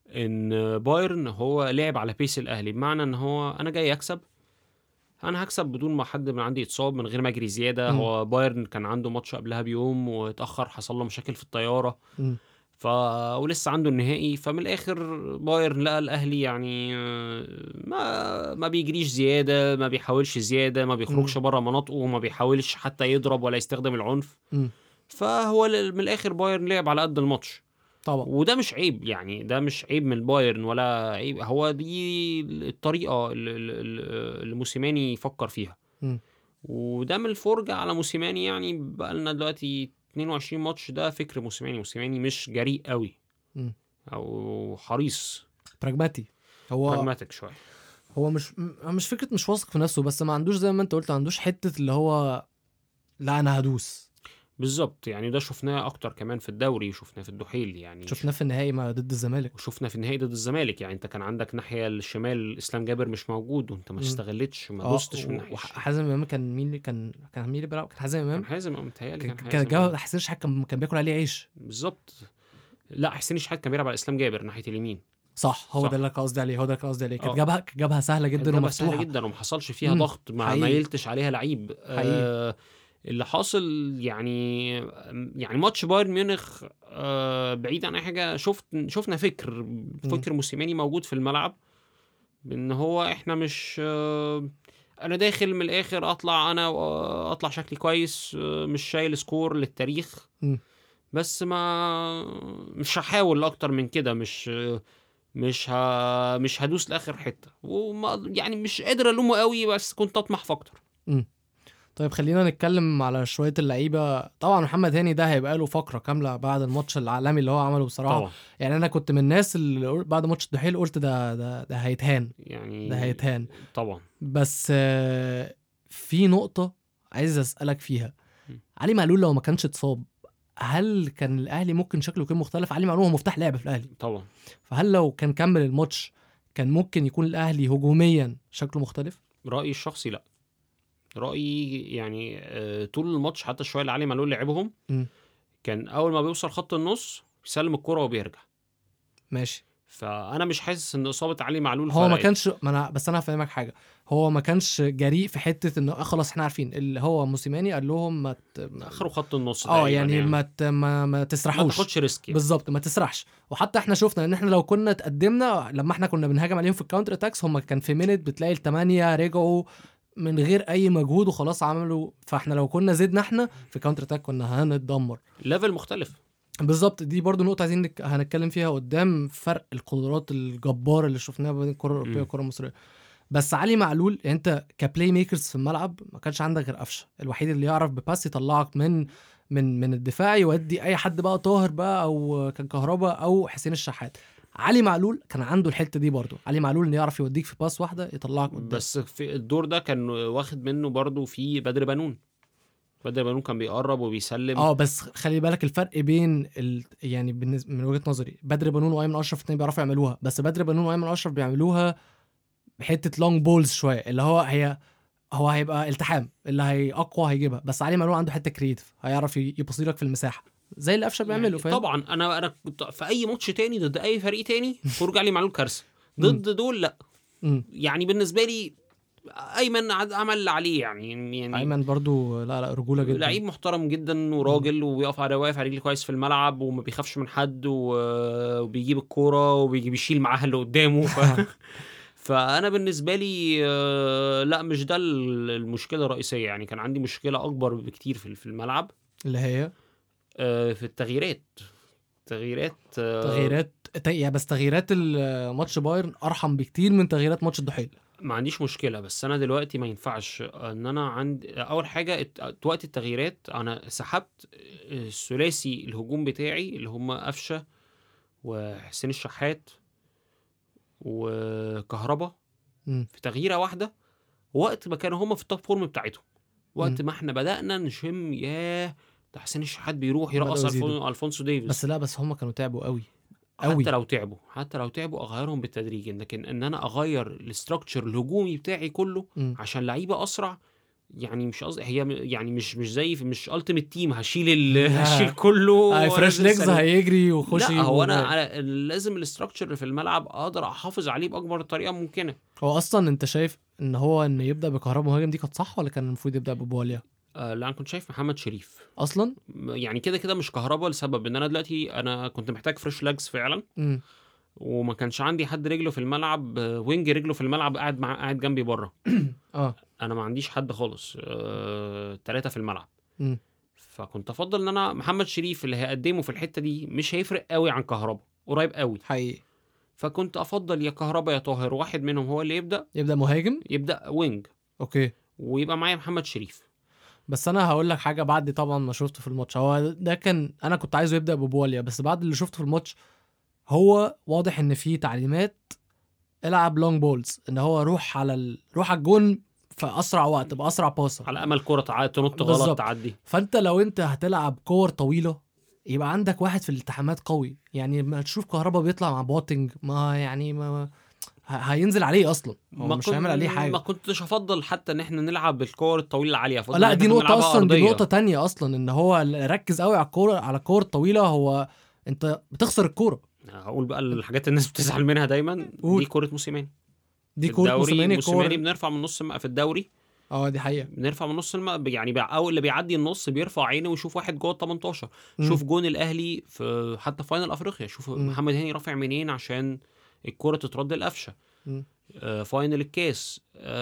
B: ان بايرن هو لعب على بيس الاهلي، بمعنى ان هو انا جاي اكسب، انا هكسب بدون ما حد من عندي يتصاب، من غير ما اجري زياده.
A: مم.
B: هو بايرن كان عنده ماتش قبلها بيوم واتاخر، حصل له مشاكل في الطياره،
A: مم.
B: ف ولسه عنده النهائي. فمن الاخر بايرن لقى الاهلي يعني آه، ما ما بيجريش زياده، ما بيحاولش زياده، ما
A: مم.
B: بيخرجش بره مناطقه، ما بيحاولش حتى يضرب ولا يستخدم العنف.
A: مم.
B: فهو ل- من الاخر بايرن لعب على قد الماتش.
A: طبعا.
B: وده مش عيب، يعني ده مش عيب من بايرن ولا عيب، هو دي الطريقه اللي, اللي اللي موسيماني يفكر فيها.
A: مم.
B: وده من الفرجة على موسيماني، يعني بقى لنا دلوقتي اتنين وعشرين ماتش. ده فكر موسيماني. موسيماني مش جريء قوي
A: مم.
B: او حريص،
A: براجماتي. هو
B: براجماتيك شويه.
A: هو مش م- مش فكره مش واثق في نفسه، بس ما عندوش زي ما انت قلت، ما عندوش حته اللي هو لا انا هدوس.
B: بالظبط، يعني ده شفناه اكتر كمان في الدوري، وشفناه في الدحيل يعني.
A: شفناه في النهائي ما ضد الزمالك.
B: وشفنا في النهائي ضد الزمالك. يعني انت كان عندك ناحيه الشمال اسلام جابر مش موجود، وانت ما
A: مم.
B: استغلتش، ما
A: اه
B: دوستش من ناحيه الشمال.
A: وحازم امام كان مين اللي كان كان مين اللي بيلعب؟ كان حازم
B: كان
A: امام.
B: حازم، اه متهيألي
A: كان
B: كان
A: كان
B: حازم،
A: جاب
B: اه
A: حسين شحات كان كان بياكل عليه عيش.
B: بالظبط. لا، حسين الشحات كان بيلعب على اسلام جابر ناحيه اليمين.
A: صح، هو ده
B: صح.
A: اللي كان قصدي عليه، هو ده اللي كان قصدي عليه. كانت
B: اه
A: جابها كانت جابها سهله
B: كانت
A: جدا
B: جابها سهله
A: ومفتوحه.
B: جدا وما حصلش فيها
A: امم
B: ضغط، ما
A: حقيقي
B: ميلتش عليها لعيب.
A: حقيقي.
B: آه اللي حاصل يعني، يعني ماتش بايرن ميونخ آه بعيد عن اي حاجه، شفت شفنا فكر
A: امم
B: فكر موسيماني موجود في الملعب، ان هو احنا مش آه انا داخل من الاخر اطلع انا واطلع شكلي كويس، آه مش شايل سكور للتاريخ،
A: امم
B: بس ما مش هحاول اكتر من كده، مش مش ه... مش هدوس لاخر حته، وما يعني مش قادر الومه قوي، بس كنت اطمح في اكتر.
A: امم طيب خلينا نتكلم على شويه اللعيبه. طبعا محمد هاني ده هيبقى له فقره كامله بعد الماتش العالمي اللي هو عمله بصراحه.
B: طبعا
A: يعني انا كنت من الناس اللي قل- بعد ماتش الدحيل قلت ده ده ده هيتهان. ده
B: يعني
A: هيتهان.
B: طبعا.
A: بس آه، في نقطه عايز اسالك فيها.
B: م.
A: علي معلول لو ما كانش اتصاب، هل كان الاهلي ممكن شكله يكون مختلف؟ علي معلول هو مفتاح لعب في الاهلي،
B: طبعا
A: فهل لو كان كمل الماتش كان ممكن يكون الاهلي هجوميا شكله مختلف؟
B: رايي الشخصي لا. رايي يعني آه، طول الماتش حتى شويه اللي علي معلول لعبهم،
A: امم
B: كان اول ما بيوصل خط النص بيسلم الكرة وبيرجع.
A: ماشي.
B: فانا مش حاسس ان اصابه علي معلول
A: هو ما
B: فرقت.
A: كانش ما انا بس انا هفهمك حاجه. هو ما كانش جريء في حته انه آه خلاص احنا عارفين اللي هو موسيماني قال لهم ما ت... ما-
B: اخره خط النص
A: اه
B: تقريبا
A: يعني
B: يعني.
A: ما ت... ما, ما
B: ما
A: تسرحوش.
B: تاخدش ريسك يعني.
A: بالظبط، ما تسرحش. وحتى احنا شفنا ان احنا لو كنا اتقدمنا لما احنا كنا بنهاجم عليهم في الكاونتر اتاكس، هم كان في مينت بتلاقي الثمانيه رجعوا من غير اي مجهود وخلاص عملوا. فاحنا لو كنا زدنا احنا في كاونتر اتاك كنا هنتدمر.
B: ليفل مختلف.
A: بالظبط، دي برضو نقطة عايزين نك... هنتكلم فيها قدام، فرق القدرات الجبار اللي شفناها بين الكرة الأوروبية
B: م.
A: والكرة المصرية. بس علي معلول انت كبلاي ميكرز في الملعب ما كانش عندك غير قفشة، الوحيد اللي يعرف بباس يطلعك من من من الدفاع، يودي اي حد بقى، طاهر بقى او كان كهربا او حسين الشحات. علي معلول كان عنده الحتة دي برضو. علي معلول اللي يعرف يوديك في باس واحدة يطلعك قدام.
B: بس في الدور ده كان واخد منه برضو في بدر بنون. بدر بنون كان بيقرب وبيسلم.
A: اه بس خلي بالك الفرق بين ال... يعني بالنسبة من وجهة نظري بدر بنون وايمن اشرف الاتنين بيعرفوا يعملوها، بس بدر بنون وايمن اشرف بيعملوها بحته لونج بولز شويه، اللي هو هي هو هيبقى التحام اللي هي اقوى هيجيبها. بس علي معلول عنده حته كرييتيف، هيعرف يبصي لك في المساحه زي اللي قفشه بيعمله.
B: يعني
A: فاهم؟
B: طبعا انا انا كنت في اي ماتش تاني ضد اي فريق تاني فرجع علي معلول كارثه.
A: مم.
B: ضد دول لا.
A: مم.
B: يعني بالنسبه لي ايمن عد- عمل اللي عليه يعني. يعني
A: ايمن برضو لا لا رجوله جدا.
B: لعيب محترم جدا وراجل، وبيقف على واقف على رجليه كويس في الملعب، وما بيخافش من حد، و- وبيجيب الكوره وبيجي بيشيل معاها اللي قدامه. ف... فانا بالنسبه لي آه، لا مش ده ال- المشكله الرئيسيه. يعني كان عندي مشكله اكبر بكتير في في الملعب،
A: اللي هي
B: آه، في التغييرات. تغييرات آه،
A: تغييرات ت- يعني بس تغييرات الماتش بايرن ارحم بكتير من تغييرات ماتش الدحيل.
B: ما عنديش مشكله، بس انا دلوقتي ما ينفعش ان انا عند اول حاجه الت- وقت التغييرات انا سحبت الثلاثي الهجوم بتاعي اللي هم قفشه وحسين الشحات وكهربا
A: مم.
B: في تغييره واحده، وقت ما كانوا هم في التوب فورم بتاعتهم، وقت
A: مم.
B: ما احنا بدأنا نشم ياه ده حسين الشحات بيروح يرقص
A: بدأوا يزيدوا.
B: الفون... الفونسو ديفيز.
A: بس لا بس هم كانوا تعبوا قوي
B: حتى
A: قوي.
B: لو تعبوا حتى لو تعبوا اغيرهم بالتدريج، لكن ان انا اغير الاستراكشر الهجومي بتاعي كله
A: مم.
B: عشان لعيبه اسرع، يعني مش قصدي هي م- يعني مش مش زي مش التيمت تيم هشيل ال... هشيل كله
A: هاي فريش
B: وانزل
A: ليجز
B: سليم.
A: هيجري ويخش
B: لا
A: يجيب
B: هو انا
A: جوان.
B: على لازم الاستراكشر اللي في الملعب اقدر احافظ عليه باكبر طريقه ممكنه.
A: هو اصلا انت شايف ان هو ان يبدا بكهربا مهاجم دي كانت صح ولا كان المفروض يبدا ببواليا
B: آه لا انا كنت شايف محمد شريف
A: اصلا؟
B: م- يعني كده كده مش كهربا، لسبب ان انا دلوقتي انا كنت محتاج فريش لاجز فعلا،
A: امم
B: وما كانش عندي حد رجله في الملعب، آه، وينج رجله في الملعب قاعد مع قاعد جنبي بره.
A: اه
B: انا ما عنديش حد خالص، آه، ثلاثة في الملعب.
A: امم
B: فكنت افضل ان انا محمد شريف اللي هيقدمه في الحتة دي مش هيفرق قوي عن كهربا، قريب قوي.
A: حقيقي.
B: فكنت افضل يا كهربا يا طاهر، واحد منهم هو اللي يبدأ
A: يبدا مهاجم.
B: يبدأ وينج،
A: اوكي.
B: ويبقى معايا محمد شريف.
A: بس انا هقول لك حاجه بعد طبعا ما شفته في الماتش، هو ده كان انا كنت عايزه يبدا ببواليا، بس بعد اللي شفته في الماتش هو واضح ان في تعليمات العب لونج بولز، ان هو روح على ال... روح على الجون في اسرع وقت باسرع باصه.
B: على امل كرة تعدي تنط غلط
A: بالظبط.
B: تعدي.
A: فانت لو انت هتلعب كور طويله يبقى عندك واحد في الالتحامات قوي، يعني ما تشوف كهربا بيطلع مع بوتنج ما يعني ما ه- هينزل عليه اصلا، هو
B: ما
A: مش
B: كن-
A: هيعمل عليه
B: ما
A: حاجه.
B: كنتش افضل حتى ان احنا نلعب بالكور الطويله العاليه، افضل
A: لا
B: إن
A: دي
B: إحنا
A: نقطه
B: نلعبها
A: اصلا، دي
B: أرضية.
A: نقطه تانية اصلا، ان هو ركز قوي على الكوره على الكور الطويله، هو انت بتخسر الكوره.
B: هقول بقى الحاجات الناس بتزعل منها دايما،
A: قول.
B: دي كوره موسيماني.
A: دي
B: في
A: كوره
B: الدوري
A: موسيماني
B: موسيماني
A: كور.
B: بنرفع من نص الم... في الدوري
A: اه دي حقيقه.
B: بنرفع من نص الم... يعني بقى اول اللي بيعدي النص بيرفع عينه ويشوف واحد جوه ال تمنتاشر.
A: مم.
B: شوف جون الاهلي في حتى فاينل افريقيا، شوف
A: مم.
B: محمد هاني رافع منين عشان الكوره تترد القفشه.
A: مم.
B: آه فاينل الكاس،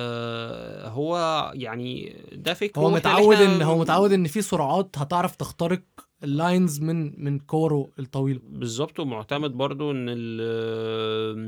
B: آه هو يعني ده فكره.
A: هو
B: وإحنا اللي
A: متعود
B: إحنا-
A: ان هو متعود ان في سرعات هتعرف تخترق اللاينز من من كوره الطويله.
B: بالظبط. ومعتمد برضو ان ال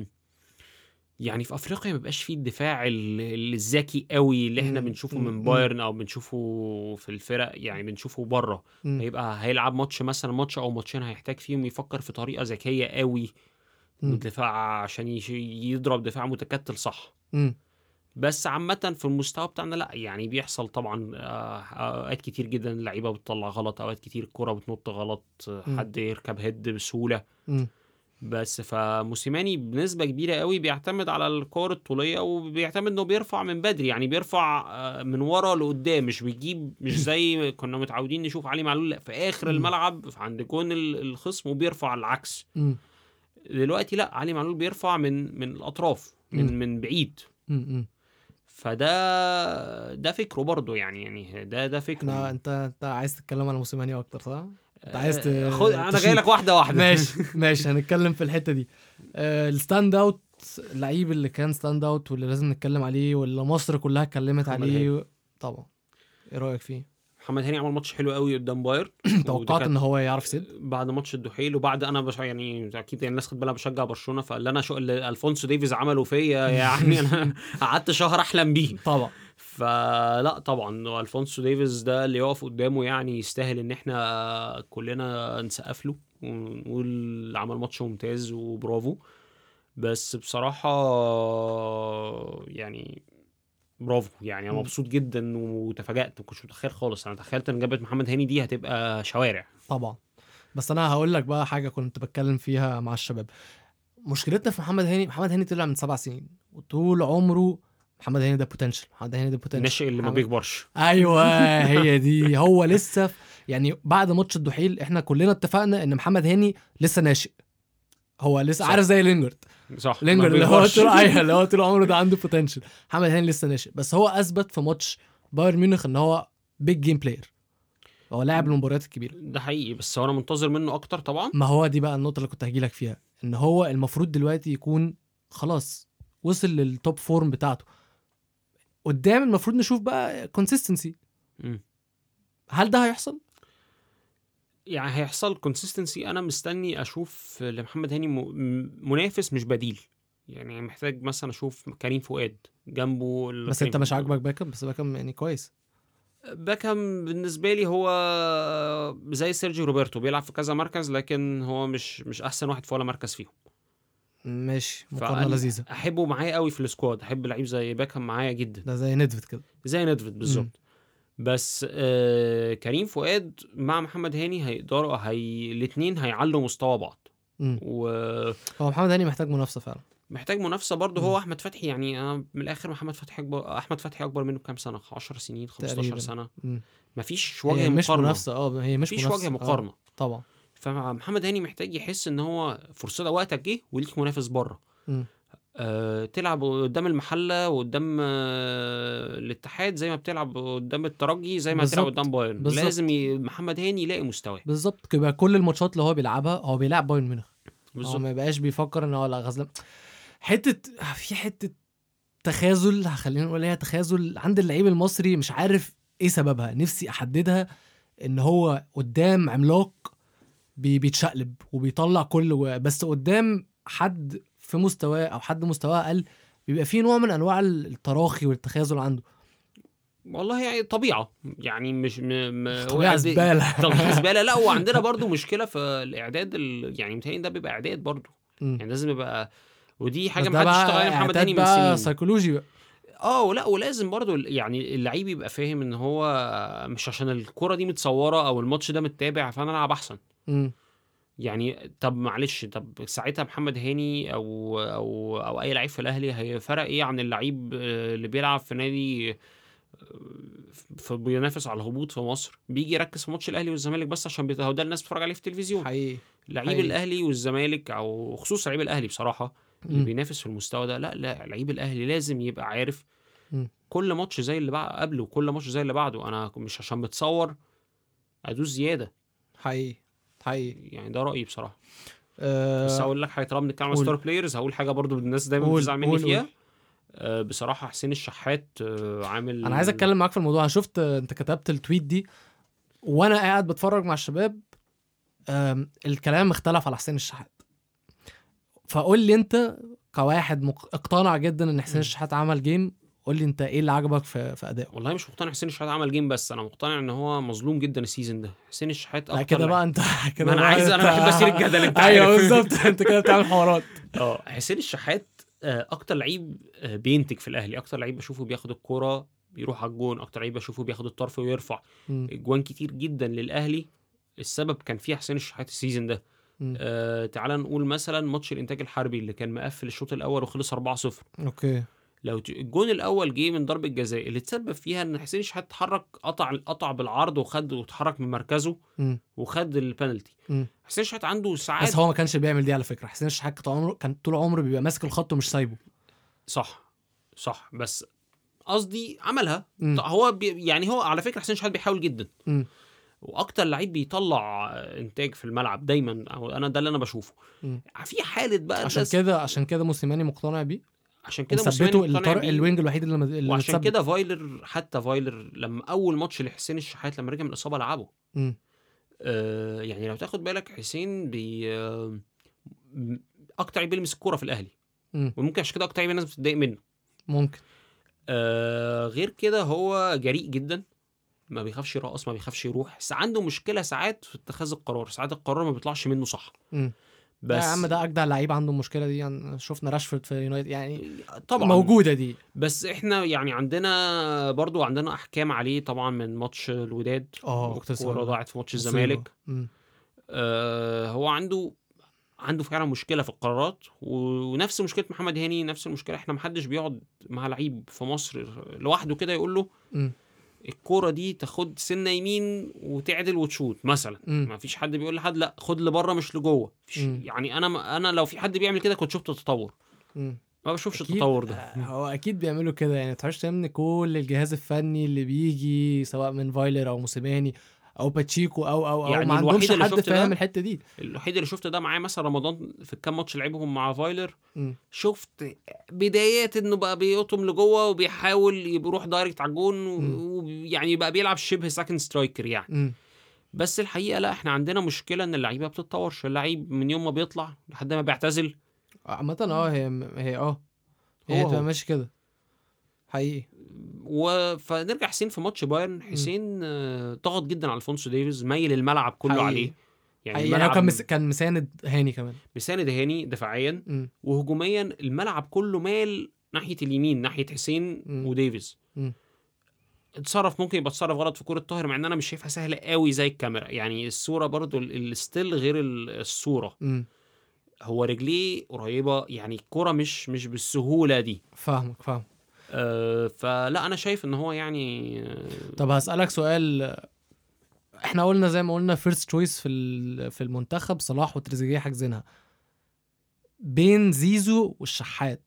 B: يعني في افريقيا ما بيبقاش فيه الدفاع ال- الذكي قوي اللي احنا
A: مم.
B: بنشوفه
A: مم.
B: من
A: مم.
B: بايرن او بنشوفه في الفرق، يعني بنشوفه بره.
A: مم.
B: هيبقى هيلعب ماتش مثلا ماتش او ماتشين هيحتاج فيهم يفكر في طريقة ذكية قوي
A: مم.
B: والدفاع عشان يش- يضرب دفاع متكتل صح.
A: مم.
B: بس عامة في المستوى بتاعنا لا، يعني بيحصل طبعا آه، اوقات كتير جدا اللعيبة بتطلع غلط، اوقات كتير الكرة بتنط غلط، آه،
A: مم.
B: حد يركب هيد بسهولة.
A: مم.
B: بس فموسيماني بنسبة كبيرة قوي بيعتمد على الكور الطولية، وبيعتمد انه بيرفع من بدري، يعني بيرفع آه، من ورا لقدام، مش بيجيب مش زي كنا متعودين نشوف علي معلول لا، في اخر
A: مم.
B: الملعب عند جون ال- الخصم وبيرفع العكس.
A: مم.
B: دلوقتي لا، علي معلول بيرفع من من الاطراف من
A: مم.
B: من بعيد.
A: مم.
B: فده ده فكره برضه، يعني يعني ده ده
A: احنا
B: فكره.
A: انت انت عايز تتكلم على موسيماني اكتر صح؟ انت عايز ت...
B: آه، خد انا جاي
A: تشيل.
B: لك واحده واحده.
A: ماشي ماشي هنتكلم في الحته دي. آه الستاند اوت، اللعيب اللي كان ستاند اوت واللي لازم نتكلم عليه واللي مصر كلها اتكلمت
B: محمد
A: عليه طبعا، ايه رايك فيه؟
B: محمد هاني عمل ماتش حلو قوي قدام باير.
A: توقعت ان هو يعرف يسد
B: بعد ماتش الدحيل، وبعد انا بش يعني اكيد يعني الناس خد بالها بشجع برشلونه، فاللي انا شو اللي الفونسو ديفيز عمله فيا يعني انا قعدت شهر احلم بيه.
A: طبعا.
B: فلا طبعا الفونسو ديفيز ده اللي يقف قدامه يعني يستاهل ان احنا كلنا نسقف له ونقول عمل ماتش ممتاز وبرافو. بس بصراحه يعني برافو، يعني انا
A: مم.
B: مبسوط جدا وتفاجأت، ما كنتش متخيل خالص. انا تخيلت ان جبهة محمد هاني دي هتبقى شوارع.
A: طبعا. بس انا هقول لك بقى حاجه كنت بتكلم فيها مع الشباب. مشكلتنا في محمد هاني، محمد هاني طلع من سبع سنين وطول عمره محمد هاني ده بوتنشال، محمد هاني ده بوتنشال،
B: الناشئ اللي ما
A: محمد...
B: بيكبرش.
A: ايوه هي دي. هو لسه يعني بعد ماتش الدحيل احنا كلنا اتفقنا ان محمد هاني لسه ناشئ، هو لسه
B: صح.
A: عارف زي لينجارد.
B: صح.
A: لينجارد
B: ما
A: اللي هو
B: بيكبرش.
A: طول ايوه اللي هو طول عمره ده عنده بوتنشال. محمد هاني لسه ناشئ، بس هو اثبت في ماتش بايرن ميونخ ان هو بيج جيم بلاير، هو لاعب المباريات الكبيره.
B: ده حقيقي، بس هو انا منتظر منه اكتر طبعا.
A: ما هو دي بقى النقطه اللي كنت هجيلك فيها، ان هو المفروض دلوقتي يكون خلاص وصل للتوب فورم بتاعته، قدام المفروض نشوف بقى كونسيستنسي.
B: مم.
A: هل ده هيحصل؟
B: يعني هيحصل كونسيستنسي. انا مستني اشوف لمحمد هاني م- م- منافس مش بديل، يعني محتاج مثلا اشوف كريم فؤاد جنبه ال-
A: بس
B: كريم
A: انت مش
B: فؤاد.
A: عاجبك باكم؟ بس باكم يعني كويس.
B: باكام بالنسبه لي هو زي سيرجيو روبرتو، بيلعب في كذا مركز لكن هو مش مش احسن واحد في ولا مركز فيهم.
A: ماشي، مقارنه
B: فقال
A: لذيذه.
B: احبه معايا قوي في السكواد، احب لعيب زي باكهام معايا جدا،
A: ده زي ندفت كده.
B: زي ندفد بالظبط. بس آه كريم فؤاد مع محمد هاني هيقدروا هي الاثنين هيعلوا مستوى بعض،
A: مم.
B: ومحتاج
A: هو محمد هاني محتاج منافسه فعلا.
B: منافسه برضه.
A: مم.
B: هو احمد فتحي يعني أنا من الاخر محمد فتحي اكبر، احمد فتحي اكبر منه بكام سنه، عشر سنين خمستاشر
A: تقريبا.
B: سنه،
A: مم.
B: مفيش
A: هي
B: وجه
A: مش
B: مقارنه،
A: منافسه، اه هي مش
B: مفيش
A: منافسه
B: وجه
A: آه.
B: مقارنه.
A: طبعا.
B: فمحمد هاني محتاج يحس ان هو فرصته وقتك جه وليك منافس بره.
A: مم.
B: أه تلعب قدام المحله وقدام أه الاتحاد زي ما بتلعب قدام الترجي، زي ما هتلعب
A: بالظبط
B: قدام بايرن.
A: بالظبط
B: لازم ي... محمد هاني يلاقي مستواه
A: بالظبط يبقى كل الماتشات اللي هو بيلعبها هو بيلعب بايرن ميونخ. هو
B: بالظبط.
A: ما يبقاش بيفكر ان هو لا غزلان. حته في حته تخاذل، خلينا نقول عليها تخاذل عند اللعيب المصري، مش عارف ايه سببها، نفسي احددها. ان هو قدام عملاق بي بيتشقلب وبيطلع كل و... بس قدام حد في مستواه او حد مستواه اقل بيبقى فيه نوع من انواع التراخي والتخاذل عنده.
B: والله يعني طبيعه، يعني مش م... م...
A: طبيعه زباله.
B: طبيعه زباله. لا وعندنا برضو مشكله في الاعداد ال... يعني متهيألي ده بيبقى اعداد برضو، يعني لازم يبقى، ودي حاجه محدش اشتغل عليها محمد هاني من سنين.
A: سيكولوجي بقى.
B: اه ولا ولازم برضو يعني اللعيب يبقى فاهم ان هو مش عشان الكرة دي متصوره او الماتش ده متابع فانا العب احسن.
A: م.
B: يعني طب معلش، طب ساعتها محمد هاني او او او اي لعيب في الاهلي هيفرق ايه عن اللعيب اللي بيلعب في نادي بينافس على الهبوط في مصر، بيجي يركز في ماتش الاهلي والزمالك بس عشان ده الناس بتتفرج عليه في التلفزيون.
A: حقيقي
B: لعيب الاهلي والزمالك او خصوصا لعيب الاهلي بصراحه اللي بينافس في المستوى ده، لا لا لعيب الاهلي لازم يبقى عارف
A: م.
B: كل ماتش زي اللي بعد قبله وكل ماتش زي اللي بعده، انا مش عشان بتصور ادوس زياده.
A: حقيقي حقيقي
B: يعني ده رايي بصراحه.
A: أه
B: بس اقول لك حاجه، طالما بنتكلم على ستار بلايرز هقول حاجه برضو الناس دايما بتزعل مني فيها. أه بصراحه حسين الشحات أه عامل،
A: انا عايز اتكلم معاك في الموضوع. انا شفت انت كتبت التويت دي وانا قاعد بتفرج مع الشباب، الكلام اختلف على حسين الشحات. فقول لي انت كواحد مق... اقتنع جدا ان حسين الشحات عمل جيم، قول لي انت ايه اللي عجبك في في ادائه؟
B: والله مش مقتنع حسين الشحات عمل جيم، بس انا مقتنع ان هو مظلوم جدا السيزون ده. حسين الشحات اكتر
A: كده بقى انت كده
B: انا عايز انا بحب اسير الجدل انت
A: ايوه بالظبط. انت كده بتعمل حوارات.
B: اه حسين الشحات اكتر لعيب بينتج في الاهلي، اكتر لعيب بشوفه بياخد الكوره بيروح على الجون، اكتر لعيب بشوفه بياخد الطرف ويرفع اجوان كتير جدا للاهلي. السبب كان فيه حسين الشحات السيزون ده. آه تعال نقول مثلا ماتش الانتاج الحربي اللي كان مقفل الشوط الاول وخلص أربعة صفر.
A: اوكي
B: لو الجون الاول جه من ضربه جزاء اللي تسبب فيها ان حسين الشحات اتحرك، قطع قطع بالعرض وخد واتحرك من مركزه م. وخد البنالتي. حسين الشحات عنده ساعات،
A: بس هو ما كانش بيعمل دي على فكره. حسين الشحات طول عمره كان طول عمره بيبقى ماسك الخط ومش سايبه.
B: صح صح بس قصدي عملها م. هو بي يعني هو على فكره حسين الشحات بيحاول جدا م. واكتر لعيب بيطلع انتاج في الملعب دايما، او انا ده اللي انا بشوفه. م. في حاله بقى
A: عشان كده عشان كده موسيماني مقتنع بيه،
B: عشان كده
A: مثبته الطرق الوينج الوحيد اللي, اللي
B: وعشان كده فايلر، حتى فايلر لما اول ماتش لحسين الشحات لما رجع من الاصابه لعبه. آه يعني لو تاخد بالك حسين بي آه اكتر لعيب بيلمس الكوره في الاهلي، م. وممكن عشان كده اكتر لعيب الناس بتتضايق منه
A: ممكن.
B: آه غير كده هو جريء جدا، ما بيخافش يرقص، ما بيخافش يروح، بس عنده مشكله ساعات في اتخاذ القرار، ساعات القرار ما بيطلعش منه صح.
A: م. بس يا عم ده اجدع لعيب عنده المشكله دي، يعني شفنا راشفورد في يونايتد يعني
B: طبعا
A: موجوده دي.
B: بس احنا يعني عندنا برضو عندنا احكام عليه طبعا من ماتش الوداد،
A: اه
B: الكوره ضاعت في ماتش الزمالك. آه هو عنده عنده فعلا مشكله في القرارات، ونفس مشكله محمد هاني، نفس المشكله. احنا محدش بيقعد مع لعيب في مصر لوحده كده يقول له م. الكوره دي تاخد سنه يمين وتعدل وتشوت مثلا، ما فيش حد بيقول لحد لا خد لبره مش لجوه. يعني انا انا لو في حد بيعمل كده كنت شفت تطور، م. ما بشوفش التطور ده.
A: هو اكيد بيعملوا كده، يعني تعرفش ان كل الجهاز الفني اللي بيجي سواء من فايلر او موسيماني او باتشيكو او او او
B: يعني
A: ما عندهمش حد فاهم الحته دي.
B: الوحيد اللي شفت ده معاه مثلا رمضان في الكام ماتش لعبهم مع فايلر، م. شفت بدايات انه بقى بيقطم لجوه وبيحاول يروح دايركت على الجون، ويعني بقى بيلعب شبه سكند سترايكر يعني. م. بس الحقيقه لا، احنا عندنا مشكله ان اللعيبه بتتطورش. اللعيب من يوم ما بيطلع لحد ما بيعتزل
A: عامه اه هي هي اه هي تبقى ماشي كده حقيقي.
B: وفنرجع حسين في ماتش بايرن، حسين ضغط جدا على الفونسو ديفيز، ميل الملعب كله حقيقي. عليه. يعني
A: يعني هو
B: الملعب
A: كان مس... كان مساند هاني كمان.
B: بيساند هاني دفاعيا
A: مم.
B: وهجوميا، الملعب كله مال ناحيه اليمين ناحيه حسين
A: مم.
B: وديفيز.
A: مم.
B: اتصرف ممكن يبقى اتصرف غلط في كرة طاهر، مع ان انا مش شايفها سهله قوي زي الكاميرا، يعني الصوره برضو ال- الستيل غير ال- الصوره.
A: مم.
B: هو رجليه قريبه، يعني الكرة مش مش بالسهوله دي.
A: فاهمك فاهم.
B: أه فلا انا شايف ان هو يعني آه،
A: طب هسألك سؤال. احنا قلنا زي ما قلنا فيرست تشويس في ال- في المنتخب صلاح وتريزيجيه حاجزينها، بين زيزو والشحات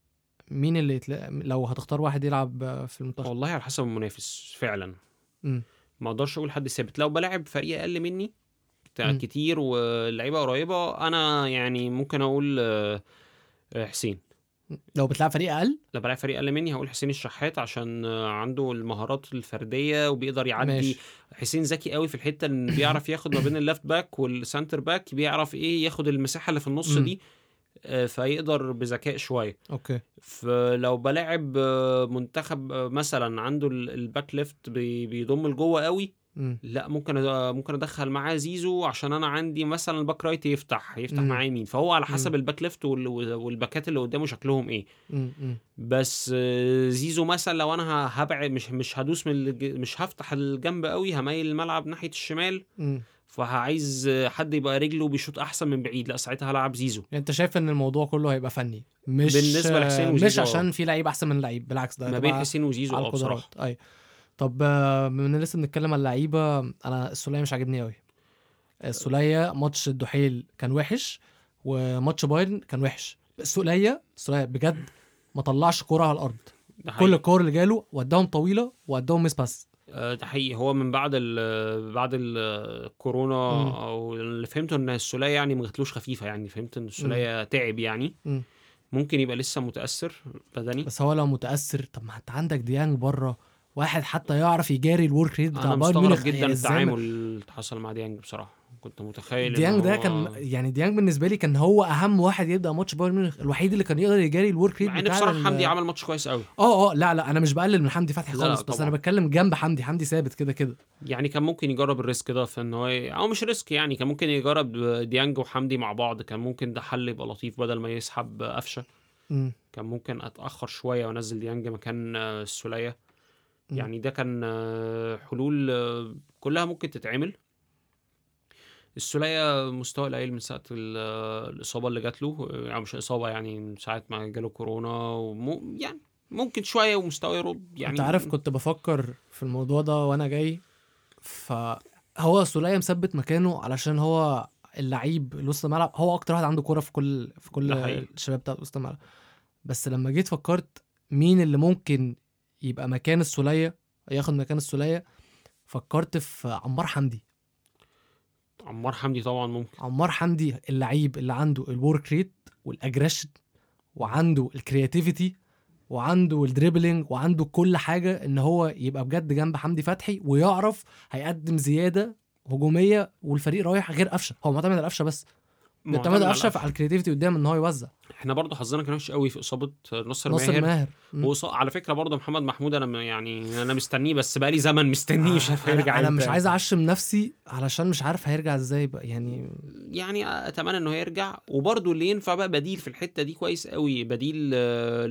A: مين اللي يتلا... لو هتختار واحد يلعب في المنتخب؟
B: والله على حسب المنافس فعلا.
A: مم.
B: ما اقدرش اقول حد ثابت. لو بلعب فريق اقل مني بتاع
A: مم.
B: كتير واللعيبه قريبه، انا يعني ممكن اقول آه، آه، حسين.
A: لو بتلعب فريق اقل
B: لو بلعب فريق اقل مني هقول حسين الشحات، عشان آه، عنده المهارات الفرديه وبيقدر يعدي.
A: ماشي.
B: حسين ذكي قوي في الحته ان بيعرف ياخد ما بين اللفت باك والسنتر باك، بيعرف ايه ياخد المساحه اللي في النص
A: مم.
B: دي. آه، فيقدر بذكاء شويه.
A: اوكي.
B: فلو بلاعب آه، منتخب آه، مثلا عنده ال- الباك ليفت بي- بيضم لجوه قوي،
A: مم.
B: لا ممكن أد- ممكن ادخل معاه زيزو، عشان انا عندي مثلا الباك رايت يفتح يفتح
A: مم.
B: معاه يمين. فهو على
A: مم.
B: حسب الباك ليفت وال- والباكات اللي قدامه شكلهم ايه.
A: مم. مم.
B: بس آه، زيزو مثلا لو انا ه- هبعد، مش مش هدوس من الج... مش هفتح الجنب قوي، هميل الملعب ناحيه الشمال،
A: مم.
B: فعايز آه، حد يبقى رجله بيشوط احسن من بعيد، لا ساعتها هلعب زيزو.
A: يعني انت شايف ان الموضوع كله هيبقى فني، مش
B: بالنسبة لحسين
A: مش
B: وزيزو، آه.
A: عشان في لعيب احسن من لعيب، بالعكس ده
B: ما بين
A: هتبقى
B: حسين وزيزو
A: على
B: اه بصراحه.
A: القدرات. اي. طب آه، بما ان لسه بنتكلم على اللعيبه، انا السوليه مش عاجبني قوي. السوليه ماتش الدحيل كان وحش، وماتش بايرن كان وحش. السوليه السوليه بجد ما طلعش كرة على الارض.
B: ده
A: كل
B: حقيقي.
A: الكور اللي جاله وداهم طويله ووداهم مس باس.
B: آه، ده حقيقي. هو من بعد ال بعد ال- الكورونا،
A: مم.
B: او اللي فهمته ان السولية يعني ما جاتلوش خفيفه، يعني فهمت ان السولية تعب يعني.
A: مم.
B: ممكن يبقى لسه متأثر بدني.
A: بس هو لو متاثر، طب ما انت عندك ديانج بره، واحد حتى يعرف يجاري الورك ريت بتاع
B: انا
A: بايرن
B: مستغرب
A: ميونخ.
B: جدا
A: يعني إزاي ما-
B: التعامل اللي حصل مع ديانج بصراحه. كنت متخيل ان
A: ديانج ده
B: هو
A: كان، يعني ديانج بالنسبه لي كان هو اهم واحد يبدا ماتش بايرن ميونخ، الوحيد اللي كان يقدر يجاري الورك ريت
B: مع ان
A: بتاع
B: بصراحه
A: ال-
B: حمدي عمل ماتش كويس قوي.
A: اه اه لا لا انا مش بقلل من حمدي فتحي
B: لا لا
A: خالص، بس
B: طبعاً.
A: انا بتكلم جنب حمدي. حمدي ثابت كده كده.
B: يعني كان ممكن يجرب الريسك ده في ان هو ي- او مش ريسك، يعني كان ممكن يجرب ديانج وحمدي مع بعض، كان ممكن ده حل يبقى لطيف بدل ما يسحب قفشه.
A: مم.
B: كان ممكن اتاخر شويه وانزل ديانج مكان آه، السولية.
A: مم.
B: يعني ده كان آه، حلول آه، كلها ممكن تتعمل. السولية مستوى قليل من ساعة ال- آه، الإصابة اللي جات له، آه، يعني مش إصابة، يعني من ساعة ما جاله كورونا وم... يعني ممكن شوية ومستوى يرد يعني.
A: انت عارف كنت بفكر في الموضوع ده وانا جاي، فهو سولية مثبت مكانه علشان هو اللعيب اللي وسط الملعب، هو اكتر واحد عنده كرة في كل في كل
B: ده حقيقي.
A: الشباب بتاع وسط الملعب. بس لما جيت فكرت مين اللي ممكن يبقى مكان السولية، ياخد مكان السولية، فكرت في عمار حمدي.
B: عمار حمدي طبعا ممكن.
A: عمار حمدي اللعيب اللي عنده الورك ريت والاجريشن، وعنده الكرياتيفيتي، وعنده الدريبلينج، وعنده كل حاجه ان هو يبقى بجد جنب حمدي فتحي، ويعرف هيقدم زياده هجوميه، والفريق رايح غير قفشه. هو معتمد على قفشه بس، معتمد
B: معتمد
A: على
B: على
A: قفشه
B: قفشة.
A: على الكرياتيفيتي قدام ان هو يوزع.
B: احنا برضو حظنا كان وحش قوي في إصابة نصر,
A: ناصر
B: ماهر.
A: ماهر. مم.
B: وص... على فكرة برضو محمد محمود انا م- يعني انا مستنيه، بس بقالي زمن مستنيه مش عارف يرجع
A: انا, أنا
B: امتى.
A: مش عايز اعشم نفسي علشان مش عارف هيرجع ازاي بقى يعني.
B: يعني اتمنى انه يرجع. وبرضو اللي ينفع بقى بديل في الحتة دي كويس قوي، بديل آه،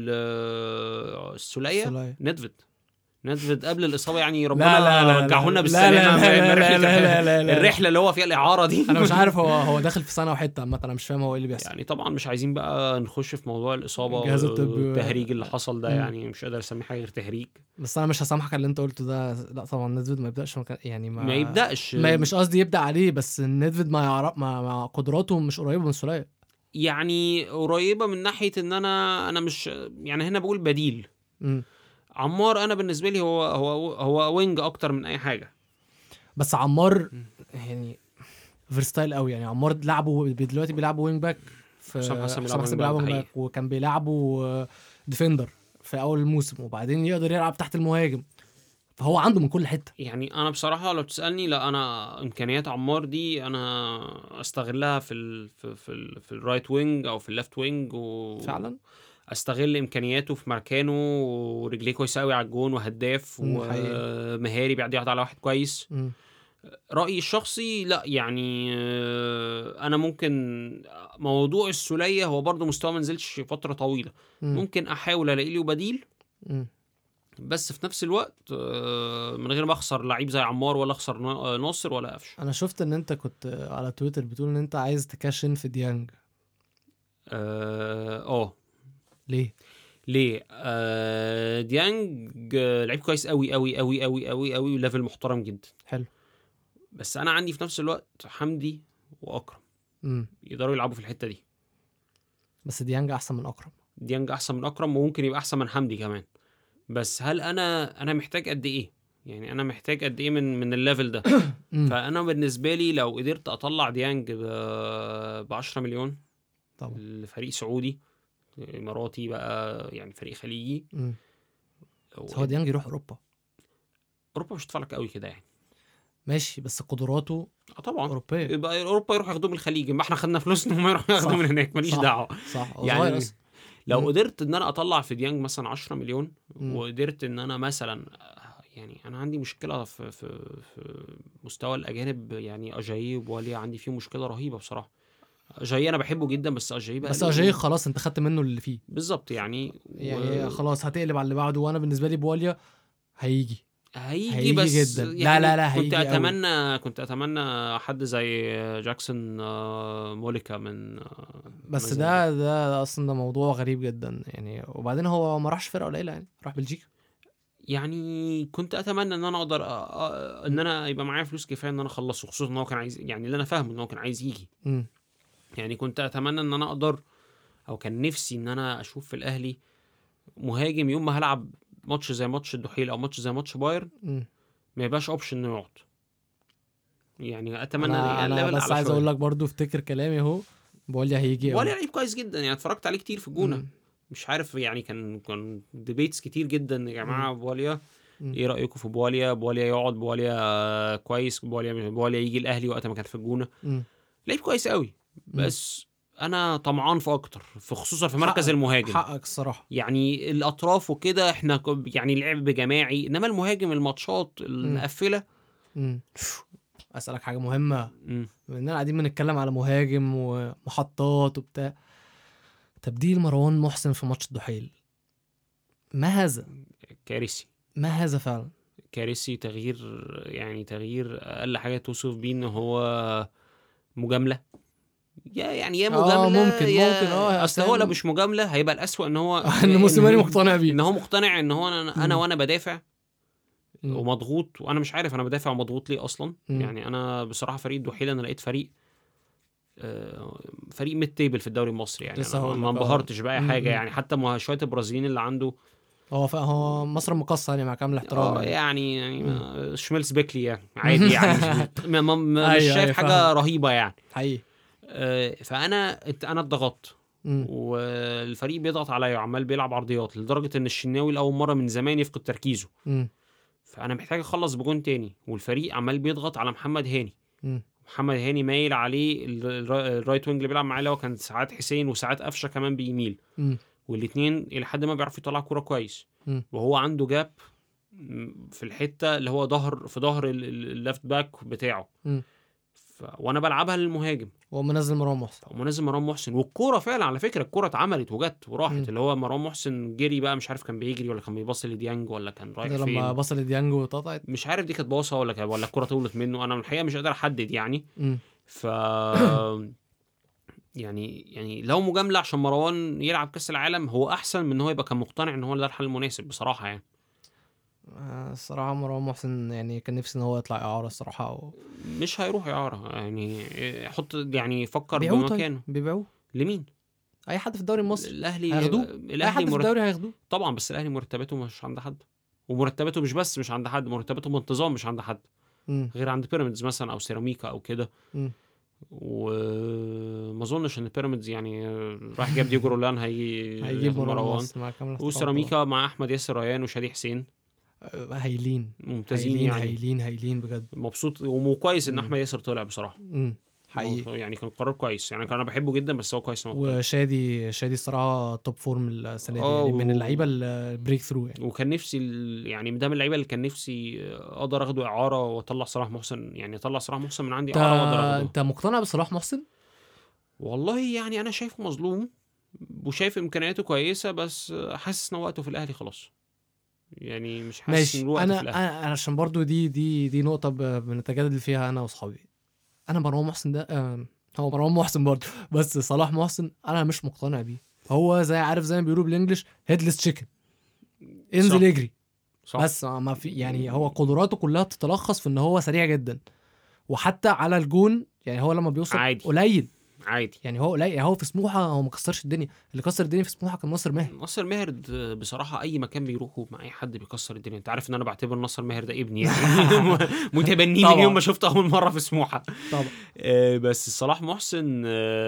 B: ل السولية.
A: السولية.
B: ندفد ندفد قبل الإصابة، يعني
A: لا
B: ربنا
A: لا لا
B: رجعه لنا
A: لا
B: بالسلامة
A: لا لا
B: من
A: لا
B: رحلة
A: لا لا لا لا.
B: الرحلة اللي هو فيها الإعارة دي.
A: انا مش عارف هو هو داخل في سنه وحته عامه، انا مش فاهم هو ايه اللي بيحصل.
B: يعني طبعا مش عايزين بقى نخش في موضوع الإصابة
A: الجهاز الطبي و-
B: والتهريج اللي حصل ده،
A: مم.
B: يعني مش قادر اسميه حاجة غير تهريج.
A: بس انا مش هسامحك على اللي انت قلته ده. لا طبعا نيدفيد ما يبداش مكان، يعني ما,
B: ما يبدأش.
A: ما مش قصدي يبدا عليه، بس نيدفيد ما يعرف ما, ما قدراته مش قريبه من السولية.
B: يعني قريبة من ناحية ان انا انا مش يعني هنا بقول بديل.
A: مم.
B: عمار انا بالنسبة لي هو هو هو وينج اكتر من اي حاجة.
A: بس عمار
B: مم.
A: يعني فيرستايل قوي. يعني عمار لعبه دلوقتي بيلعبوا وينج باك في
B: حسام حسن
A: حسام
B: بيلعب
A: حسن
B: وينج باك،
A: بيلعبوا
B: ده
A: وينج
B: حقيقي.
A: باك، وكان بيلعبوا ديفندر في اول الموسم، وبعدين يقدر يلعب تحت المهاجم، فهو عنده من كل حته.
B: يعني انا بصراحة لو تسألني، لا انا امكانيات عمار دي انا استغلها في ال في في, ال في الرايت وينج او في الليفت وينج، و
A: فعلا.
B: استغل امكانياته في مكانه، ورجليه كويسه قوي على الجون، وهداف،
A: مم، حقيقي.
B: ومهاري بيعدي واحد على واحد كويس.
A: مم.
B: رأيي الشخصي لا يعني آه، انا ممكن موضوع السولية هو برضو مستوى منزلش فترة طويلة،
A: مم.
B: ممكن احاول الاقي له بديل،
A: مم.
B: بس في نفس الوقت آه، من غير ما اخسر لعيب زي عمار ولا اخسر نا- ناصر ولا قفشه.
A: انا شفت ان انت كنت على تويتر بتقول ان انت عايز تكاشن في ديانج.
B: اه آه.
A: ليه؟
B: ليه؟ آه ديانج آه، لعيب كويس قوي قوي قوي قوي قوي قوي وليفل محترم جدا،
A: حلو.
B: بس انا عندي في نفس الوقت حمدي واكرم
A: امم
B: يقدروا يلعبوا في الحته دي.
A: بس ديانج احسن من اكرم.
B: ديانج احسن من اكرم وممكن يبقى احسن من حمدي كمان، بس هل انا انا محتاج قد ايه؟ يعني انا محتاج قد ايه من من الليفل ده؟
A: امم
B: فانا بالنسبه لي لو قدرت اطلع ديانج ب عشرة مليون
A: طبعا.
B: لفريق سعودي اماراتي بقى، يعني فريق خليجي،
A: امم بس هو
B: و-
A: ديانج يروح اوروبا.
B: اوروبا مش هتدفع لك قوي كده يعني.
A: ماشي، بس قدراته
B: اه طبعا،
A: اوروبيه.
B: يبقى اوروبا يروح ياخدوه من الخليج، ما احنا خدنا فلوسنا وما يروحوا ياخدوه من
A: صح
B: هناك، ماليش
A: صح
B: دعوه.
A: صح، هو صغير
B: يعني
A: اصلا.
B: لو
A: امم
B: قدرت ان انا اطلع في ديانج مثلا عشرة مليون،
A: امم
B: وقدرت ان انا مثلا يعني انا عندي مشكله في في في مستوى الاجانب، يعني اجايي وبواليا عندي فيه مشكله رهيبه بصراحه. اجايي انا بحبه جدا، بس اجايي بقى
A: بس اجاي
B: له
A: خلاص انت خدت منه اللي فيه.
B: بالظبط يعني و...
A: يعني خلاص هتقلب على اللي بعده، وانا بالنسبه لي بواليا هيجي.
B: هيجي
A: هيجي
B: بس
A: جدا، لا لا
B: يعني
A: لا،
B: كنت
A: هيجي قوي.
B: اتمنى كنت اتمنى حد زي جاكسون آه، موليكا من آه،
A: بس
B: مازيمبي.
A: ده ده اصلا ده موضوع غريب جدا يعني. وبعدين هو ما راحش فرقه قليله يعني، راح بلجيكا.
B: يعني كنت اتمنى ان انا اقدر أ... أ... ان انا يبقى معايا فلوس كفايه ان انا اخلصه، خصوصا ان هو كان عايز، يعني اللي انا فاهمه ان هو كان عايز يجي.
A: امم
B: يعني كنت اتمنى ان انا اقدر، او كان نفسي ان انا اشوف في الاهلي مهاجم يوم ما هلعب ماتش زي ماتش الدحيل او ماتش زي ماتش بايرن
A: امم
B: ما يبقاش اوبشن انه يقعد. يعني اتمنى
A: انا
B: يعني
A: انا
B: الليفل
A: بس
B: اعلى
A: عايز اقول
B: شويه.
A: لك برضو، افتكر كلامي اهو، بواليا هيجي
B: بواليا
A: قوي.
B: لعيب كويس جدا، يعني اتفرجت عليه كتير في الجونه.
A: امم
B: مش عارف يعني كان كان ديبيتس كتير جدا يا
A: امم
B: جماعه بواليا
A: امم
B: ايه رايكم في بواليا؟ بواليا يقعد؟ بواليا كويس؟ بواليا بواليا يجي الاهلي وقت ما كان في الجونه؟
A: امم
B: لعيب كويس قوي،
A: امم
B: بس انا طمعان في اكتر، في خصوصا في مركز
A: حقك
B: المهاجم.
A: حقك الصراحه.
B: يعني الاطراف وكده احنا ك- يعني لعب جماعي، انما المهاجم الماتشات
A: امم
B: المقفله.
A: امم اسالك حاجه مهمه،
B: مم.
A: بما اننا قاعدين بنتكلم على مهاجم ومحطات وبتاع. تبديل مروان محسن في ماتش الدحيل، ما هذا؟
B: كارثي،
A: ما هذا فعلا؟
B: كارثي، تغيير، يعني تغيير اقل حاجه توصف بيه ان هو مجامله. يا يعني يا
A: اه
B: مجامله،
A: ممكن ممكن اه يا
B: يا اصل هو لو
A: اسام.
B: مش مجامله هيبقى الاسوأ ان هو
A: ان موسيماني
B: ان
A: مقتنع بيه.
B: ان هو مقتنع ان هو انا انا
A: امم
B: وانا بدافع
A: امم
B: ومضغوط، وانا مش عارف انا بدافع ومضغوط ليه اصلا.
A: امم
B: يعني انا بصراحه فريق الدحيل انا لقيت فريق آه، فريق ميد تيبل في الدوري المصري،
A: كنت
B: يعني
A: لسه
B: انا ما
A: هقول
B: ما
A: لك اه.
B: انبهرتش باي حاجه،
A: امم
B: يعني حتى ما شويه البرازيليين اللي عنده.
A: هو ف... هو مصر مقصر يعني، مع كامل الاحترام
B: اه
A: يعني.
B: يعني يعني
A: امم
B: ما- شميلز بيكلي يعني عادي، يعني مش ما- ما- ما- مش
A: ايوه
B: شايف
A: ايوه
B: حاجه
A: فاهمك.
B: رهيبه يعني.
A: حقيقي.
B: آه، فانا انا اتضغطت،
A: امم
B: والفريق بيضغط عليا وعمال بيلعب عرضيات لدرجه ان الشناوي لاول مره من زمان يفقد تركيزه.
A: امم
B: فانا محتاج اخلص بجون تاني، والفريق عمال بيضغط على محمد هاني.
A: امم
B: محمد هاني مايل عليه ال- ال- الرايت وينج اللي بيلعب معاه، اللي هو كان ساعات حسين وساعات قفشه كمان بيميل،
A: امم
B: والاثنين الى حد ما بيعرفوا يطلعوا كوره كويس.
A: امم
B: وهو عنده جاب م- في الحته اللي هو ظهر في ظهر الليفت باك بتاعه.
A: امم
B: ف... وانا بلعبها للمهاجم،
A: هو منزل مروان محسن.
B: ومنزل مروان محسن، والكوره فعلا على فكره الكوره اتعملت وجت وراحت،
A: امم
B: اللي هو مروان محسن جري بقى، مش عارف كان بيجري ولا كان بيباصي لديانج ولا كان رايح
A: ده لما
B: فين.
A: بصل ديانج واتقطعت.
B: مش عارف دي كانت باصه ولا كان ولا الكوره طولت منه، انا من الحقيقه مش قادر احدد يعني.
A: امم
B: ف يعني يعني لو مجامله عشان مروان يلعب كاس العالم هو احسن من ان هو يبقى كان مقتنع ان هو ده الحل المناسب بصراحه يعني.
A: آه، الصراحه مروان محسن يعني كان نفسي ان هو يطلع اعاره الصراحه و...
B: مش هيروح اعاره يعني، حط يعني فكر
A: بيبيعوه طيب،
B: بمكانه.
A: بيبيعوه.
B: لمين؟
A: اي حد في الدوري المصري
B: الاهلي،
A: هياخدوه. اي
B: الاهلي
A: حد في
B: مرت...
A: الدوري هياخدوه.
B: طبعا، بس الاهلي مرتباته مش عند حد، ومرتباته مش بس مش عند حد، مرتباته بانتظام مش عند حد،
A: امم
B: غير عند بيراميدز مثلا او سيراميكا او كده.
A: امم
B: وما اظنش ان بيراميدز يعني راح جاب ديجو رولان هي
A: هيجيب
B: ياخد
A: مروان
B: مروان.
A: محسن، مع كامل الاحترام طبعا.
B: وسيراميكا مع احمد ياسر ريان وشادي حسين
A: آه، هايلين
B: ممتازين
A: هايلين
B: يعني.
A: هايلين هايلين بجد.
B: مبسوط وكويس ان
A: امم
B: احمد ياسر طلع بصراحه.
A: امم حقيقي.
B: يعني كان قرار كويس، يعني كان انا بحبه جدا، بس هو كويس إن هو طلع.
A: وشادي شادي الصراحه توب فورم السنه دي،
B: اه
A: يعني من
B: و...
A: اللعيبه البريك ثرو يعني.
B: وكان نفسي ال... يعني ده من اللعيبه اللي كان نفسي اقدر اخده اعاره واطلع صلاح محسن، يعني اطلع صلاح محسن من عندي
A: انت
B: اعاره واقدر اخده.
A: انت مقتنع بصلاح محسن؟
B: والله يعني انا شايفه مظلوم، وشايف امكانياته كويسه، بس حاسس ان وقته في الاهلي خلاص، يعني مش حاسس ان
A: ماشي.
B: وقته
A: انا
B: في الاهلي.
A: انا عشان برضو دي دي دي نقطه ب- بنتجادل فيها انا واصحابي. انا مروان محسن ده آه، هو مروان محسن برضو، بس صلاح محسن انا مش مقتنع بيه. هو زي عارف زي ما بيقولوا بالانجلش هيدلس تشيكن، انزل
B: صح
A: يجري
B: صح.
A: بس. ما في يعني، هو قدراته كلها بتتلخص في ان هو سريع جدا، وحتى على الجون يعني هو لما بيوصل
B: عادي
A: قليل.
B: عادي.
A: يعني هو قليل، يعني هو في سموحه هو ما كسرش الدنيا، اللي كسر الدنيا في سموحه كان ناصر ماهر.
B: ناصر ماهر د- بصراحة أي مكان بيروحوا مع أي حد بيكسر الدنيا. أنت عارف إن أنا بعتبر ناصر ماهر ده ابني يعني متبنيه من يوم ما
A: طبعا
B: شفته أول مرة في سموحة.
A: طبعا.
B: آه، بس صلاح محسن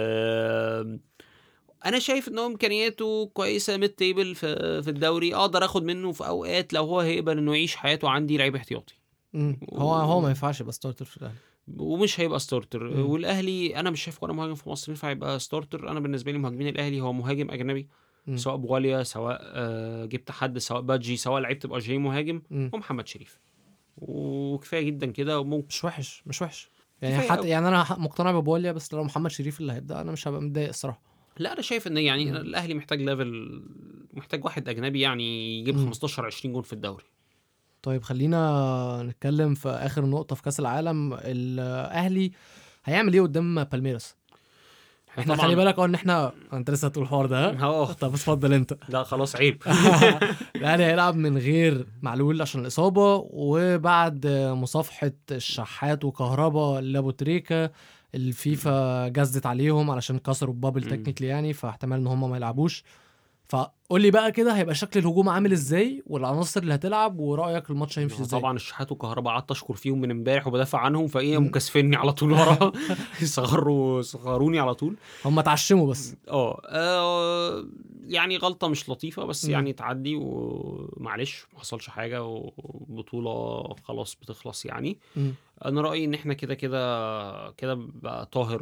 B: آه، أنا شايف إن هو إمكانياته كويسة، ميد تيبل في في الدوري، أقدر آخد منه في أوقات لو هو هيقبل إنه يعيش حياته عندي لعيب احتياطي.
A: مم. هو هو ما ينفعش يبقى ستارتر في الاهلي.
B: ومش هيبقى ستارتر.
A: مم.
B: والاهلي انا مش شايف ولا مهاجم في مصر ينفع يبقى ستارتر. انا بالنسبه لي مهاجمين الاهلي هو مهاجم اجنبي،
A: مم.
B: سواء بواليا، سواء آه، جبت حد، سواء بادجي، سواء لعيب تبقى جاي مهاجم،
A: مم.
B: ومحمد شريف، وكفايه جدا كده. وممكن
A: مش وحش مش وحش يعني.
B: كفايه
A: حتى
B: أوي.
A: يعني انا ح- مقتنع ببوليا، بس لو محمد شريف اللي هيبدا انا مش هبقى متضايق الصراحه.
B: لا انا شايف ان يعني
A: مم.
B: الاهلي محتاج ليفل، محتاج واحد اجنبي يعني يجيب
A: مم.
B: خمستاشر عشرين جون في الدوري.
A: طيب خلينا نتكلم في اخر نقطه في كاس العالم. الاهلي هيعمل ايه قدام بالميراس؟ احنا خلي بالك اه ان احنا انت لسه هتقول الحوار ده ها؟
B: اه
A: طب اتفضل انت.
B: لا خلاص عيب.
A: الاهلي هيلعب من غير معلول عشان الاصابه، وبعد مصافحه الشحات وكهربا لابو تريكا الفيفا جزت عليهم علشان كسروا البابل
B: مم.
A: تكنيكلي يعني، فاحتمال ان هم ما يلعبوش. فقول لي بقى كده هيبقى شكل الهجوم عامل ازاي، والعناصر اللي هتلعب، ورايك الماتش هيمشي ازاي؟
B: طبعا الشحات وكهرباء قعدت اشكر فيهم من امبارح وبدافع عنهم، فايه
A: مم.
B: مكسفني على طول ورا. صغروا صغروني على طول.
A: هم اتعشموا بس.
B: اه آه، يعني غلطة مش لطيفة، بس
A: مم.
B: يعني تعدي ومعلش ما حصلش حاجة، وبطولة خلاص بتخلص يعني.
A: مم.
B: انا رأيي ان احنا كده كده كده بقى طاهر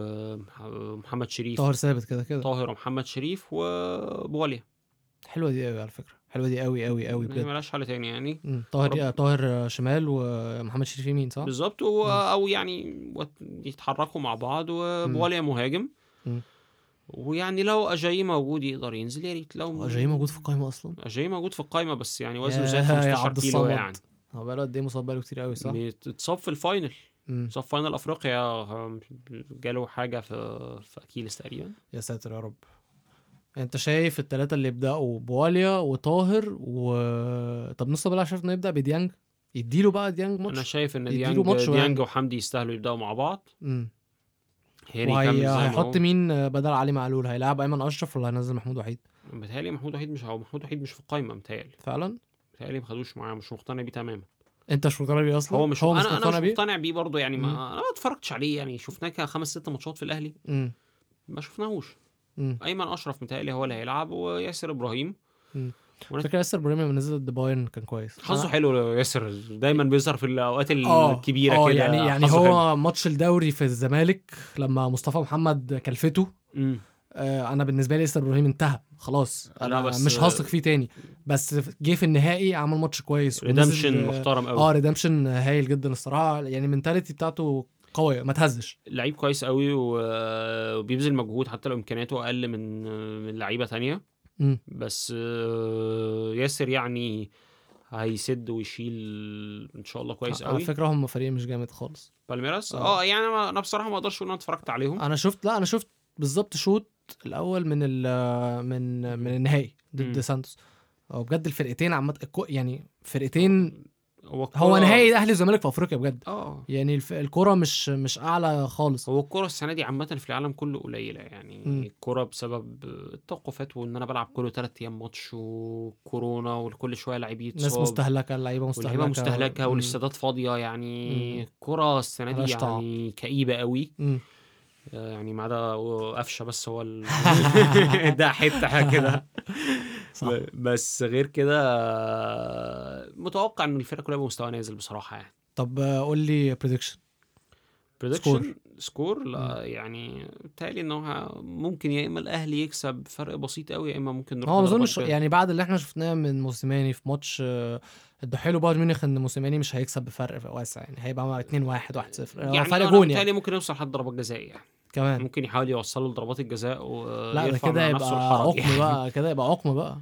B: ومحمد شريف.
A: طاهر ثابت كده كده.
B: طاهر ومحمد شريف وبواليا.
A: حلوه دي قوي على فكره، حلوه دي قوي قوي قوي
B: هي
A: بجد.
B: ملهاش حل تاني يعني.
A: مم. طاهر
B: رب
A: طاهر شمال ومحمد شريف يمين صح؟
B: بالظبط و...
A: مم.
B: او يعني وت- يتحركوا مع بعض،
A: مم.
B: وبواليا مهاجم.
A: مم.
B: ويعني لو اجاي موجود يقدر ينزل يا ريت.
A: هو
B: لو
A: جاي موجود في القائمه اصلا؟
B: اجاي موجود في القائمه، بس يعني وزنه
A: يا
B: زاد
A: يا
B: خمستاشر
A: عبد
B: كيلو
A: الصمد،
B: يعني.
A: هو بقاله قد ايه مصاب؟ بقاله كتير قوي صح؟
B: اتصاب في الفاينل،
A: مم.
B: اتصاب فاينل افريقيا، جاله حاجه في في اكيلس تقريبا.
A: يا ساتر يا رب. انت شايف الثلاثه اللي يبداوا بواليا وطاهر و طب نص بقى شايف انه يبدا بديانج، يديله بقى ديانج
B: انا
A: ماتش؟
B: شايف ان
A: يديله
B: ديانج
A: ماتش
B: ديانج
A: يعني.
B: وحمدي يستاهلوا يبداوا مع بعض.
A: امم
B: هيري يكمل زي ما
A: وهيحط
B: هو.
A: مين بدل علي معلول؟ هيلعب ايمن اشرف ولا هينزل محمود وحيد؟
B: متهيألي محمود وحيد مش هو محمود وحيد مش في القائمه متهيألي.
A: فعلا
B: متهيألي ما خدوش معاه، مش مقتنع بيه تماما.
A: انت مش مقتنع بيه اصلا؟
B: هو مش
A: هو مش
B: انا انا
A: مقتنع
B: مش
A: بيه.
B: مقتنع بيه برضه يعني.
A: مم.
B: ما انا ما اتفرجتش عليه يعني. شفناه كده خمس ست ماتشات في الاهلي،
A: امم
B: ما شفناهوش.
A: امم
B: ايمن اشرف متهيألي هو اللي هيلعب، وياسر ابراهيم.
A: امم
B: ونت-
A: فكرة ياسر ابراهيم لما نزل الدباين كان كويس.
B: حظه
A: أنا-
B: حلو ياسر، دايما بيظهر في الاوقات
A: اه
B: الكبيره
A: اه
B: كده.
A: يعني يعني
B: حظه حلو.
A: هو ماتش الدوري في الزمالك لما مصطفى محمد كلفته،
B: امم
A: آه انا بالنسبه لي ياسر ابراهيم انتهى خلاص،
B: لا
A: انا
B: بس
A: مش هثق فيه تاني. بس جه في النهائي عمل ماتش كويس
B: ريدمشن
A: ونزل.
B: محترم قوي.
A: اه ريدمشن هايل جدا الصراحه، يعني المنتاليتي بتاعته قويه ما تهزش.
B: لعيب كويس قوي و- وبيبذل مجهود حتى لو امكانياته اقل من من لعيبه تانية.
A: امم
B: بس آه، ياسر يعني هيسد ويشيل ان شاء الله كويس
A: على
B: قوي.
A: فكره هم فريق مش جامد خالص.
B: بالميراس
A: اه
B: اه يعني انا أنا بصراحه ما اقدرش اقول ان انا اتفرجت عليهم.
A: انا شفت لا انا شفت بالظبط شوط الاول من ال من من النهائي ضد
B: مم.
A: سانتوس. هو بجد الفرقتين عامه الكو- يعني فرقتين.
B: هو الكرة-
A: هو نهائي الاهلي والزمالك في افريقيا بجد،
B: اه
A: يعني الف... الكرة مش مش اعلى خالص.
B: هو الكرة السنة دي عامة في العالم كله قليلة يعني.
A: مم.
B: الكرة بسبب التوقفات، وإن أنا بلعب كل تلات أيام ماتش، وكورونا، وكل شوية لعيب
A: ناس
B: يتصاب،
A: مستهلكه، اللعيبه مستهلكه
B: واللعيبة مستهلكة،
A: مم.
B: والاستادات فاضية يعني.
A: مم.
B: الكرة السنة دي
A: ملهاش طعم.
B: يعني كئيبة قوي.
A: مم.
B: آه، يعني ما عدا قفشة بس هو ال... ده حتة كده.
A: صح.
B: ب- بس غير كده آه، متوقع إن الفرقة كلها بمستوى نازل بصراحة يعني.
A: طب آه، قول لي بريدكشن.
B: بريدكشن سكور
A: مم.
B: لا يعني بتهيألي انه ه- ممكن يا اما الاهلي يكسب فرق بسيط قوي، يا اما ممكن نروح
A: هو ما
B: لضربات
A: اظنش
B: جزاء.
A: يعني بعد اللي احنا شفناه من موسيماني في ماتش آه، الدحيل وبايرن ميونخ، ان موسيماني مش هيكسب بفرق واسع، يعني هيبقى مع اتنين واحد واحد صفر، هو
B: يعني
A: فرق
B: انا
A: جون يعني
B: بتهيألي ممكن يوصل لحد ضربات جزاء يعني،
A: كمان.
B: ممكن يحاول يوصله لضربات الجزاء
A: لا ده
B: ويرفع من
A: كده
B: على
A: يبقى
B: نفسه الحرج
A: عقم
B: يعني.
A: بقى، كده يبقى عقم بقى.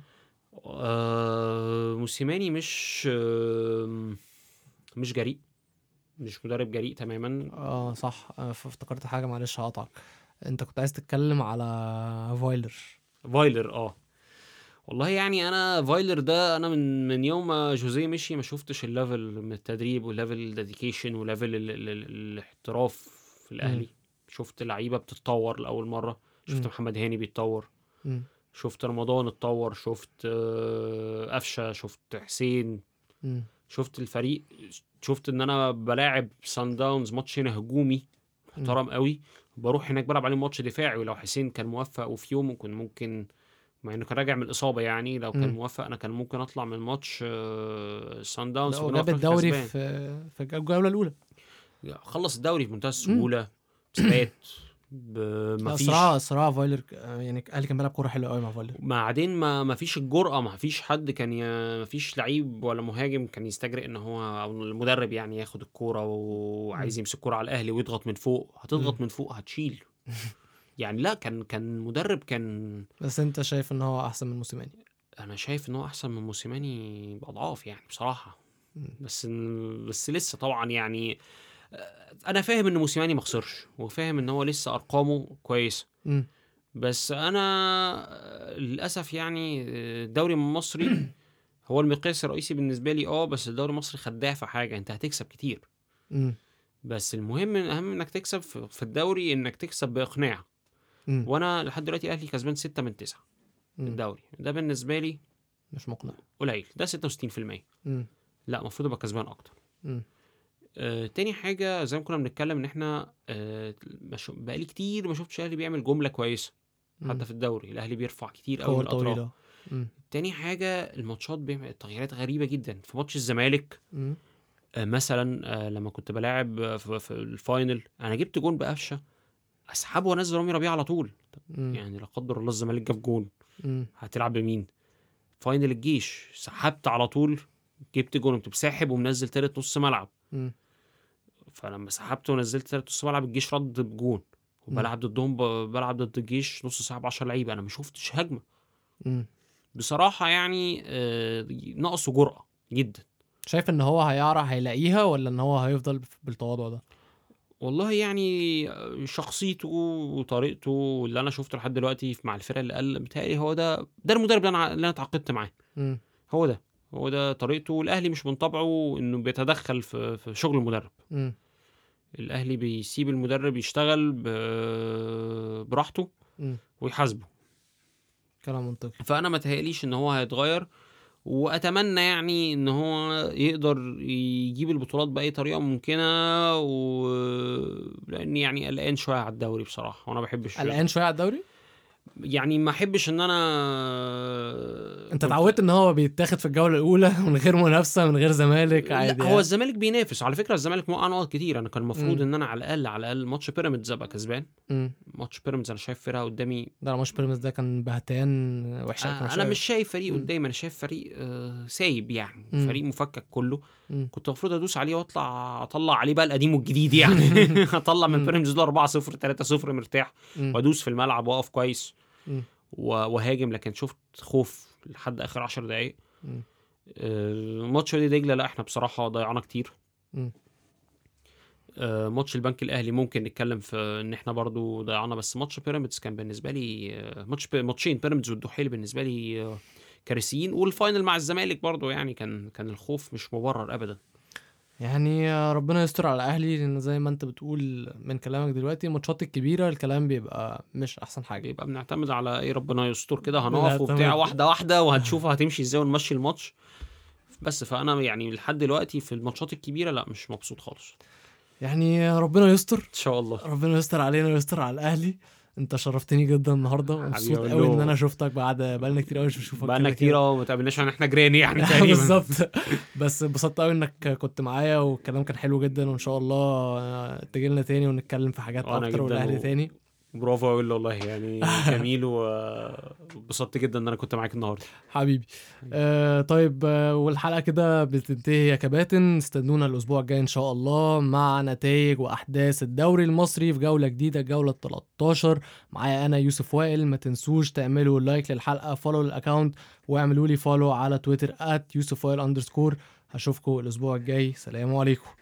B: آه، موسيماني مش آه، مش جريء، مش مدرب جريء تماما.
A: اه صح، آه، افتكرت حاجه، معلش هقطعك. انت كنت عايز تتكلم على فايلر.
B: فايلر اه، والله يعني انا فايلر ده انا من من يوم ما جوزيه مشي ما شفتش الليفل من التدريب وليفل الديديكيشن وليفل ال- ال- ال- الاحتراف في
A: مم.
B: الاهلي. شفت لعيبه بتتطور لاول مره، شفت
A: مم.
B: محمد هاني بيتطور،
A: مم.
B: شفت رمضان اتطور، شفت آه، قفشه، شفت حسين،
A: مم.
B: شفت الفريق، شفت ان انا بلاعب سان داونز ماتش هنا هجومي
A: مم.
B: محترم قوي، بروح هناك بلعب عليه ماتش دفاعي. ولو حسين كان موفق وفي يوم ممكن ممكن مع انه كان راجع من الاصابه يعني، لو كان
A: مم.
B: موفق انا كان ممكن اطلع من ماتش آه، سان داونز
A: لا
B: في
A: هو
B: جنوب
A: جاب
B: افريقيا
A: الدوري
B: كسبان،
A: في في الجوله الاولى.
B: خلص الدوري بمنتهى
A: مم.
B: السهوله بثبات.
A: لا
B: مفيش
A: الصراحه الصراحه فايلر آه، يعني الاهلي كان بيلعب كوره حلوه قوي مع فايلر.
B: بعدين ما ما فيش الجرأة، ما فيش حد كان ي... ما فيش لعيب ولا مهاجم كان يستجرئ ان هو او المدرب يعني ياخد الكورة وعايز
A: مم.
B: يمسك الكورة على الاهلي ويضغط من فوق.
A: مم.
B: هتضغط من فوق هتشيل يعني. لا كان كان مدرب كان،
A: بس انت شايف ان هو احسن من موسيماني؟
B: انا شايف ان هو احسن من موسيماني باضعاف يعني بصراحة.
A: مم.
B: بس بس لسه طبعا يعني انا فاهم ان موسيماني ما خسرش، وفاهم ان هو لسه ارقامه كويسة.
A: مم.
B: بس انا للاسف يعني الدوري المصري هو المقياس الرئيسي بالنسبه لي. اه بس الدوري المصري خداع في حاجه، انت هتكسب كتير
A: مم.
B: بس المهم اهم انك تكسب في في الدوري، انك تكسب باقناع.
A: مم.
B: وانا لحد دلوقتي الاهلي كسبان ستة من تسعة في
A: مم.
B: الدوري، ده بالنسبه لي
A: مش مقنع.
B: قليل، ده ستة وستين في المية.
A: مم.
B: لا المفروض ابقى كسبان اكتر.
A: مم.
B: آه، تاني حاجه زي ما كنا بنتكلم ان احنا آه مش- بقالي كتير ما شفتش الاهلي بيعمل جمله كويسه.
A: مم.
B: حتى في الدوري الاهلي بيرفع كتير قوي من
A: كور
B: الاطراف.
A: طويله. مم.
B: تاني حاجة الماتشات بيعمل تغييرات غريبة جدا. في ماتش الزمالك
A: مم.
B: آه، مثلا آه، لما كنت بلاعب آه، في, في الفاينل انا جبت جون بقفشة، اسحبه وانزل رامي ربيعة على طول.
A: مم.
B: يعني لا قدر الله الزمالك جاب جون،
A: مم.
B: هتلعب بمين؟ فاينل الجيش سحبت على طول، جبت جون، كنت بساحب ومنزل تالت نص ملعب.
A: مم.
B: فلما سحبت ونزلت تالت نص ملعب الجيش رد بجون،
A: مم.
B: وبلعب ضدهم ب- بلعب ضد الجيش نص ساعة بعشر لعيبة، انا ما شفتش هجمة
A: مم.
B: بصراحة يعني. آه، نقصه جرأة جدا.
A: شايف ان هو هيعرف هيلاقيها، ولا ان هو هيفضل بالتواضع ده؟
B: والله يعني شخصيته وطريقته واللي انا شفته لحد دلوقتي مع الفرقه اللي قال بتهيألي هو ده ده المدرب اللي انا اللي انا اتعاقدت معاه.
A: مم.
B: هو ده هو ده طريقته. الاهلي مش من طبعه انه بيتدخل في في شغل المدرب.
A: مم.
B: الاهلي بيسيب المدرب يشتغل ب- براحته
A: مم.
B: ويحاسبه.
A: كلام منطقي.
B: فانا ما تهيأليش ان هو هيتغير، واتمنى يعني ان هو يقدر يجيب البطولات باي طريقه ممكنه. و لان يعني قلقان شويه على الدوري بصراحه، وانا بحبش
A: قلقان شويه على الدوري؟
B: يعني ما احبش ان انا
A: انت
B: كنت-
A: اتعودت ان هو بيتاخد في الجوله الاولى من غير منافسه، من غير زمالك عادي
B: لا هو
A: يعني.
B: الزمالك بينافس على فكره، الزمالك موقع نقط كتير. انا كان المفروض
A: مم.
B: ان انا على الاقل على الاقل ماتش بيراميدز ابقى كسبان.
A: مم.
B: ماتش بيراميدز انا شايف فرقه قدامي.
A: ده ماتش بيراميدز ده كان بهتان وحشه، كان
B: آه انا مش شايف فريق
A: مم.
B: قدامي، انا شايف فريق آه سايب يعني،
A: مم.
B: فريق مفكك كله.
A: مم.
B: كنت المفروض ادوس عليه واطلع اطلع عليه بقى القديم والجديد يعني. اطلع من
A: مم.
B: بيراميدز ده أربعة صفر ثلاثة صفر مرتاح،
A: مم.
B: وادوس في الملعب واقف كويس
A: مم.
B: و- وهاجم. لكن شفت خوف لحد اخر عشر دقايق.
A: مم.
B: آه، ماتش وادي دجله لا احنا بصراحه ضيعنا كتير.
A: مم.
B: آه، ماتش البنك الاهلي ممكن نتكلم في ان احنا برضو ضيعنا. بس ماتش بيراميدز كان بالنسبه لي آه، ماتش بي- ماتشين بيراميدز والدحيل بالنسبه لي آه، كارثيين. والفاينل مع الزمالك برضو يعني كان كان الخوف مش مبرر ابدا.
A: يعني ربنا يستر على الاهلي، لان زي ما انت بتقول من كلامك دلوقتي الماتشات الكبيره الكلام بيبقى مش احسن حاجه.
B: يبقى بنعتمد على ايه؟ ربنا يستر كده، هنقف
A: بنعتمد.
B: وبتاع واحده واحده وهتشوفوا هتمشي ازاي ونمشي الماتش. بس فانا يعني لحد دلوقتي في الماتشات الكبيره لا مش مبسوط خالص.
A: يعني ربنا يستر،
B: ان شاء الله.
A: ربنا يستر علينا ويستر على الاهلي. انت شرفتني جدا النهارده،
B: حبيبي
A: ومبسوط
B: اقول
A: قوي ان
B: له
A: انا شفتك بعد بقالنا كتير قوي مش بشوفك
B: بقالنا
A: كده
B: كتير
A: كده.
B: اه ما تقابلناش عشان احنا جيران يعني تقريبا.
A: بالظبط. بس اتبسطت قوي انك كنت معايا، والكلام كان حلو جدا، وان شاء الله تجي لنا تاني ونتكلم في حاجات
B: وانا
A: اكتر
B: جدا
A: والاهلي
B: و...
A: تاني.
B: برافو اقول له والله يعني جميل، وبسطت جدا ان انا كنت معاك النهارده.
A: حبيبي. آه طيب، آه والحلقة كده بتنتهي يا كباتن. استنونا الأسبوع الجاي إن شاء الله مع نتائج وأحداث الدوري المصري في جولة جديدة، جولة تلتاشر. معايا أنا يوسف وائل. ما تنسوش تعملوا لايك للحلقة، فولو للأكاونت، واعملوا لي فولو على تويتر آت يوسف وائل أندرسكور. هشوفكم الأسبوع الجاي. سلام عليكم.